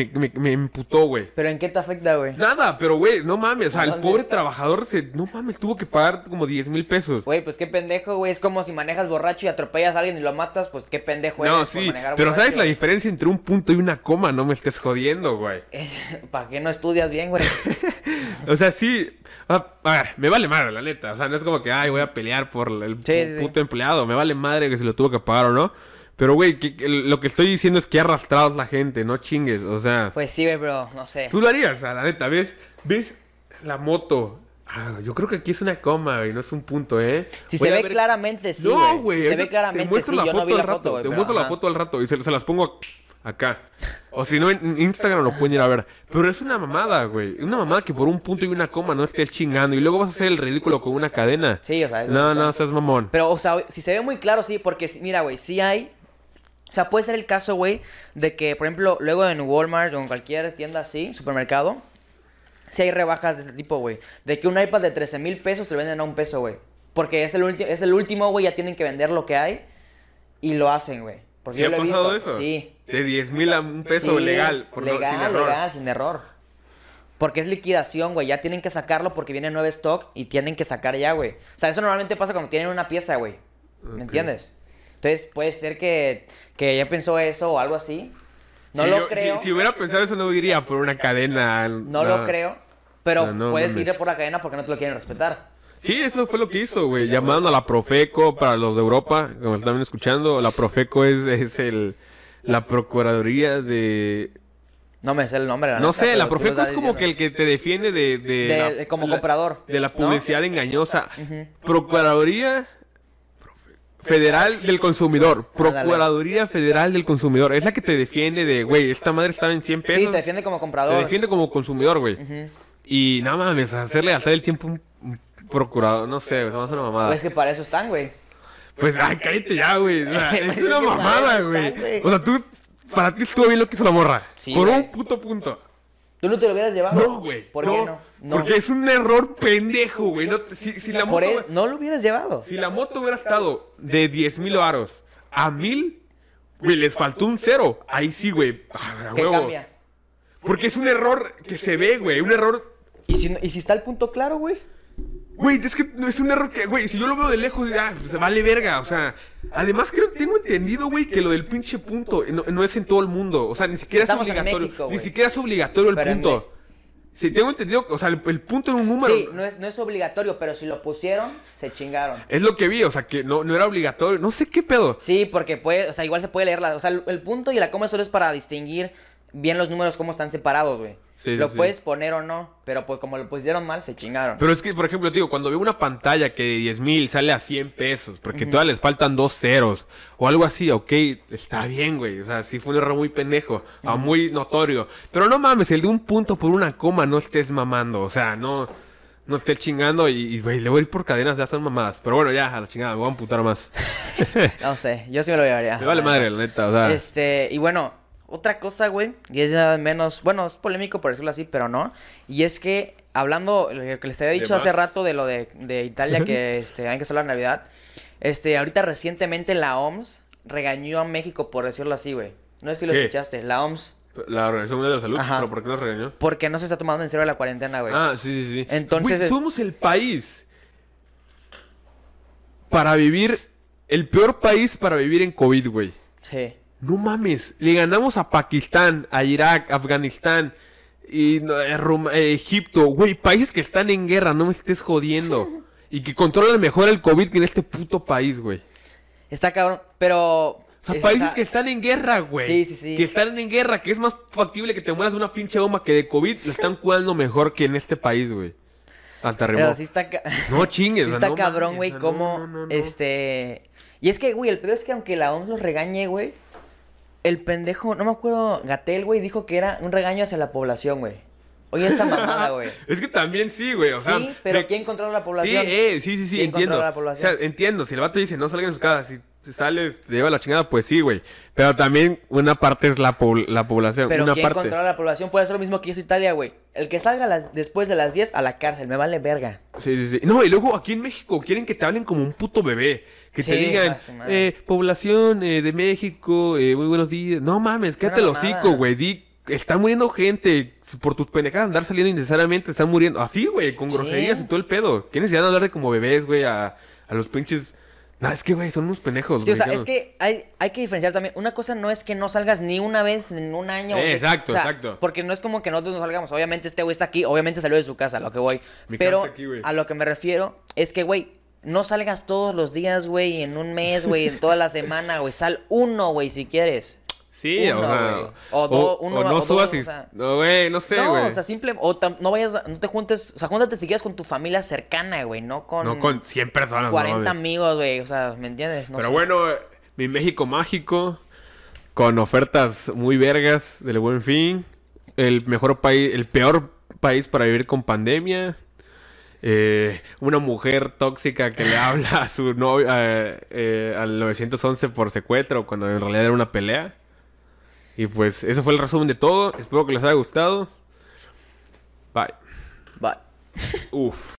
[SPEAKER 2] emputó, güey.
[SPEAKER 1] ¿Pero en qué te afecta, güey?
[SPEAKER 2] Nada, pero güey, no mames, o sea, el
[SPEAKER 1] ¿Dónde
[SPEAKER 2] pobre
[SPEAKER 1] está?
[SPEAKER 2] trabajador no mames, tuvo que pagar como 10,000 pesos.
[SPEAKER 1] Güey, pues qué pendejo, güey. Es como si manejas borracho y atropellas a alguien y lo matas, pues qué pendejo
[SPEAKER 2] No,
[SPEAKER 1] eres por
[SPEAKER 2] sí,
[SPEAKER 1] manejar
[SPEAKER 2] pero
[SPEAKER 1] borracho,
[SPEAKER 2] ¿sabes la
[SPEAKER 1] güey.
[SPEAKER 2] diferencia entre un punto y una coma? No me estés jodiendo, güey.
[SPEAKER 1] ¿Para qué no estudias bien, güey?
[SPEAKER 2] O sea, sí. A ver, me vale madre, la neta. O sea, no es como que, ay, voy a pelear por el
[SPEAKER 1] Sí, sí,
[SPEAKER 2] puto empleado. Me vale madre que se lo tuvo que pagar o no. Pero, güey, lo que estoy diciendo es que arrastrados la gente, no chingues. O sea,
[SPEAKER 1] Pues sí, güey, pero no sé.
[SPEAKER 2] tú lo harías, la neta. ¿Ves la moto? Yo creo que aquí es una coma, güey, no es un punto, ¿eh?
[SPEAKER 1] Si
[SPEAKER 2] Voy
[SPEAKER 1] se
[SPEAKER 2] a
[SPEAKER 1] ve
[SPEAKER 2] ver-
[SPEAKER 1] claramente, sí,
[SPEAKER 2] No,
[SPEAKER 1] güey.
[SPEAKER 2] güey.
[SPEAKER 1] Se
[SPEAKER 2] ahorita
[SPEAKER 1] ve claramente,
[SPEAKER 2] te muestro
[SPEAKER 1] sí.
[SPEAKER 2] la
[SPEAKER 1] Yo no vi
[SPEAKER 2] foto
[SPEAKER 1] la
[SPEAKER 2] al
[SPEAKER 1] foto,
[SPEAKER 2] rato.
[SPEAKER 1] güey.
[SPEAKER 2] Te
[SPEAKER 1] pero
[SPEAKER 2] muestro la
[SPEAKER 1] ajá.
[SPEAKER 2] foto al rato y se las pongo acá. O si no, en Instagram lo pueden ir a ver. Pero es una mamada, güey. Una mamada que por un punto y una coma no estés chingando. Y luego vas a hacer el ridículo con una cadena.
[SPEAKER 1] Sí, o sea, eso
[SPEAKER 2] No,
[SPEAKER 1] está-
[SPEAKER 2] no, seas mamón.
[SPEAKER 1] Pero, o sea, si se ve muy claro, sí, porque mira, güey, sí hay. O sea, puede ser el caso, güey, de que, por ejemplo, luego en Walmart o en cualquier tienda así, supermercado, sí hay rebajas de este tipo, güey. De que un iPad de 13,000 pesos te lo venden a $1, güey. Porque es el último, güey, ya tienen que vender lo que hay y lo hacen, güey. Porque
[SPEAKER 2] ¿Sí
[SPEAKER 1] yo
[SPEAKER 2] ha
[SPEAKER 1] lo he
[SPEAKER 2] pasado
[SPEAKER 1] visto.
[SPEAKER 2] eso?
[SPEAKER 1] Sí.
[SPEAKER 2] De 10,000 a un peso
[SPEAKER 1] Sí,
[SPEAKER 2] legal.
[SPEAKER 1] legal,
[SPEAKER 2] sin error.
[SPEAKER 1] legal, sin error. Porque es liquidación, güey. Ya tienen que sacarlo porque viene nuevo stock y tienen que sacar ya, güey. O sea, eso normalmente pasa cuando tienen una pieza, güey. ¿Me
[SPEAKER 2] Ok.
[SPEAKER 1] entiendes? Entonces puede ser que ya pensó eso o algo así. No
[SPEAKER 2] Si
[SPEAKER 1] lo
[SPEAKER 2] yo-
[SPEAKER 1] creo.
[SPEAKER 2] Si hubiera pensado eso, no iría por una cadena.
[SPEAKER 1] No lo creo. Pero
[SPEAKER 2] No,
[SPEAKER 1] puedes
[SPEAKER 2] mames.
[SPEAKER 1] ir por la cadena porque no te lo quieren respetar.
[SPEAKER 2] Sí, eso fue lo que hizo, güey. Llamaron a la Profeco para los de Europa, como están escuchando. La Profeco la Procuraduría de...
[SPEAKER 1] No me sé el nombre, la
[SPEAKER 2] No
[SPEAKER 1] neta,
[SPEAKER 2] sé,
[SPEAKER 1] pero
[SPEAKER 2] la
[SPEAKER 1] tú lo
[SPEAKER 2] Profeco
[SPEAKER 1] estás
[SPEAKER 2] es como que
[SPEAKER 1] diciendo.
[SPEAKER 2] el que te defiende
[SPEAKER 1] Como comprador,
[SPEAKER 2] de la
[SPEAKER 1] ¿no?
[SPEAKER 2] publicidad engañosa.
[SPEAKER 1] Ujú.
[SPEAKER 2] Procuraduría Federal del Consumidor.
[SPEAKER 1] Ándale.
[SPEAKER 2] Procuraduría Federal del Consumidor. Es la que te defiende de, güey, esta madre estaba en 100
[SPEAKER 1] Sí,
[SPEAKER 2] pesos.
[SPEAKER 1] te defiende como
[SPEAKER 2] Te
[SPEAKER 1] comprador.
[SPEAKER 2] defiende como consumidor, güey.
[SPEAKER 1] Ujú.
[SPEAKER 2] Y nada mames, hacerle gastar el tiempo a un procurador, no sé, vamos a una mamada.
[SPEAKER 1] Pues que para eso están, güey.
[SPEAKER 2] Pues, ay, cállate ya, güey. O sea,
[SPEAKER 1] Pues
[SPEAKER 2] es
[SPEAKER 1] es
[SPEAKER 2] una
[SPEAKER 1] que para
[SPEAKER 2] mamada,
[SPEAKER 1] eso
[SPEAKER 2] güey.
[SPEAKER 1] están, güey.
[SPEAKER 2] O sea, para ti estuvo bien lo que hizo la morra.
[SPEAKER 1] Sí,
[SPEAKER 2] Por
[SPEAKER 1] güey.
[SPEAKER 2] un puto punto.
[SPEAKER 1] ¿Tú no te lo hubieras llevado?
[SPEAKER 2] No, güey.
[SPEAKER 1] ¿Por qué no? No.
[SPEAKER 2] Porque es un error pendejo, güey. No, si la
[SPEAKER 1] Por
[SPEAKER 2] moto,
[SPEAKER 1] eso, no lo hubieras llevado.
[SPEAKER 2] si la moto hubiera estado de 10,000 varos a 1,000, güey, les faltó un cero. Ahí sí, güey. A
[SPEAKER 1] ¿Qué
[SPEAKER 2] huevo.
[SPEAKER 1] cambia?
[SPEAKER 2] Porque es un error que se ve, güey. Un error.
[SPEAKER 1] ¿Y si está el punto claro, güey?
[SPEAKER 2] Güey, es que es un error que, güey, si yo lo veo de lejos, se vale verga, o sea. Además, tengo entendido, güey, que lo del pinche punto no es en todo el mundo. O sea, ni siquiera
[SPEAKER 1] Estamos
[SPEAKER 2] es
[SPEAKER 1] en
[SPEAKER 2] obligatorio.
[SPEAKER 1] México,
[SPEAKER 2] Ni
[SPEAKER 1] güey.
[SPEAKER 2] siquiera es obligatorio el
[SPEAKER 1] Pero en
[SPEAKER 2] punto. Sí, tengo entendido, o sea, el punto era un número.
[SPEAKER 1] Sí, no es obligatorio, pero si lo pusieron, se chingaron.
[SPEAKER 2] Es lo que vi, o sea, que no era obligatorio. No sé qué pedo.
[SPEAKER 1] Sí, porque puede, o sea, igual se puede leer o sea, el punto y la coma solo es para distinguir bien los números cómo están separados, güey.
[SPEAKER 2] Sí,
[SPEAKER 1] lo
[SPEAKER 2] sí.
[SPEAKER 1] puedes poner o no, pero pues como lo pusieron mal, se chingaron.
[SPEAKER 2] Pero es que, por ejemplo, te digo, cuando veo una pantalla que de 10,000 sale a 100 pesos, porque todavía les faltan 2 ceros, o algo así, ok, está bien, güey. O sea, sí fue un error muy pendejo, muy notorio. Pero no mames, el de un punto por una coma no estés mamando, o sea, no estés chingando y, güey, le voy a ir por cadenas, ya son mamadas. Pero bueno, ya, a la chingada, me voy a amputar más.
[SPEAKER 1] No sé, yo sí me lo llevaría.
[SPEAKER 2] Me vale madre, la neta, o sea.
[SPEAKER 1] Y bueno, otra cosa, güey, y es ya menos, bueno, es polémico por decirlo así, pero no. Y es que, hablando, lo que les había dicho
[SPEAKER 2] De
[SPEAKER 1] hace
[SPEAKER 2] más.
[SPEAKER 1] rato de lo de Italia, que hay que hacer la Navidad. Ahorita recientemente la OMS regañó a México, por decirlo así, güey. No sé si lo
[SPEAKER 2] ¿Qué?
[SPEAKER 1] escuchaste, la OMS.
[SPEAKER 2] La Organización Mundial de la Salud,
[SPEAKER 1] Ajá.
[SPEAKER 2] pero ¿por qué nos regañó?
[SPEAKER 1] Porque no se está tomando en serio la cuarentena, güey.
[SPEAKER 2] Ah, sí.
[SPEAKER 1] Entonces
[SPEAKER 2] Güey, somos el país para vivir, el peor país para vivir en COVID, güey.
[SPEAKER 1] Sí.
[SPEAKER 2] No mames, le ganamos a Pakistán, a Irak, Afganistán y Egipto, güey, países que están en guerra, no me estés jodiendo. Y que controlan mejor el COVID que en este puto país, güey.
[SPEAKER 1] Está cabrón, pero...
[SPEAKER 2] O sea, países que están en guerra, güey.
[SPEAKER 1] Sí.
[SPEAKER 2] Que están en guerra, que es más factible que te mueras de una pinche bomba que de COVID, lo están cuidando mejor que en este país, güey. Alta
[SPEAKER 1] Pero
[SPEAKER 2] remoto.
[SPEAKER 1] sí está...
[SPEAKER 2] No chingues,
[SPEAKER 1] sí
[SPEAKER 2] o sea,
[SPEAKER 1] está
[SPEAKER 2] no
[SPEAKER 1] cabrón,
[SPEAKER 2] mames,
[SPEAKER 1] güey,
[SPEAKER 2] o sea,
[SPEAKER 1] cómo,
[SPEAKER 2] no.
[SPEAKER 1] Y es que, güey, el pedo es que aunque la OMS los regañe, güey, el pendejo, no me acuerdo, Gatell, güey, dijo que era un regaño hacia la población, güey. Oye, esa mamada, güey.
[SPEAKER 2] Es que también sí, güey, o sea...
[SPEAKER 1] Sí, pero
[SPEAKER 2] me-
[SPEAKER 1] ¿quién controla la
[SPEAKER 2] Sí,
[SPEAKER 1] población?
[SPEAKER 2] sí,
[SPEAKER 1] ¿Quién
[SPEAKER 2] entiendo.
[SPEAKER 1] controla la
[SPEAKER 2] O
[SPEAKER 1] población?
[SPEAKER 2] sea, entiendo, si el vato dice no salgan de sus casas, si sales, te lleva la chingada, pues sí, güey. Pero también una parte es la población,
[SPEAKER 1] Pero
[SPEAKER 2] una
[SPEAKER 1] ¿quién
[SPEAKER 2] parte.
[SPEAKER 1] controla la población? Puede ser lo mismo que hizo Italia, güey. El que salga después de las 10 a la cárcel, me vale verga.
[SPEAKER 2] Sí. No, y luego aquí en México quieren que te hablen como un puto bebé. Que te
[SPEAKER 1] Sí,
[SPEAKER 2] digan,
[SPEAKER 1] a su madre.
[SPEAKER 2] población de México, muy buenos días. No mames,
[SPEAKER 1] Es una
[SPEAKER 2] cállate el
[SPEAKER 1] mamada.
[SPEAKER 2] hocico, güey. Está muriendo gente. Por tus pendejadas andar saliendo innecesariamente, están muriendo. Así, güey, con
[SPEAKER 1] Sí.
[SPEAKER 2] groserías y todo el pedo. ¿Qué necesidad de hablar de como bebés, güey, a los pinches... No, es que, güey, son unos pendejos.
[SPEAKER 1] Sí, o sea,
[SPEAKER 2] mexicanos.
[SPEAKER 1] es que hay que diferenciar también. Una cosa no es que no salgas ni una vez en un año.
[SPEAKER 2] Exacto,
[SPEAKER 1] o sea,
[SPEAKER 2] exacto.
[SPEAKER 1] Porque no es como que nosotros no salgamos. Obviamente este güey está aquí, obviamente salió de su casa, a lo que voy.
[SPEAKER 2] Mi
[SPEAKER 1] Pero
[SPEAKER 2] casa aquí, güey.
[SPEAKER 1] a lo que me refiero es que, güey, no salgas todos los días, güey, en un mes, güey, en toda la semana, güey. Sal uno, güey, si quieres.
[SPEAKER 2] Sí,
[SPEAKER 1] Uno,
[SPEAKER 2] o sea,
[SPEAKER 1] güey. O
[SPEAKER 2] o no
[SPEAKER 1] o
[SPEAKER 2] subas
[SPEAKER 1] dos,
[SPEAKER 2] y...
[SPEAKER 1] o sea.
[SPEAKER 2] No, güey, no sé,
[SPEAKER 1] No,
[SPEAKER 2] güey.
[SPEAKER 1] o sea, no vayas, no te juntes, o sea, júntate si quieres con tu familia cercana, güey, no con,
[SPEAKER 2] No con 100 personas,
[SPEAKER 1] 40
[SPEAKER 2] no,
[SPEAKER 1] amigos, güey, o sea, ¿me entiendes? No
[SPEAKER 2] Pero
[SPEAKER 1] sé.
[SPEAKER 2] bueno, mi México mágico, con ofertas muy vergas del Buen Fin, el mejor país, el peor país para vivir con pandemia, una mujer tóxica que le habla a su novio, al 911 por secuestro, cuando en realidad era una pelea. Y pues, eso fue el resumen de todo. Espero que les haya gustado. Bye.
[SPEAKER 1] Bye.
[SPEAKER 2] Uf.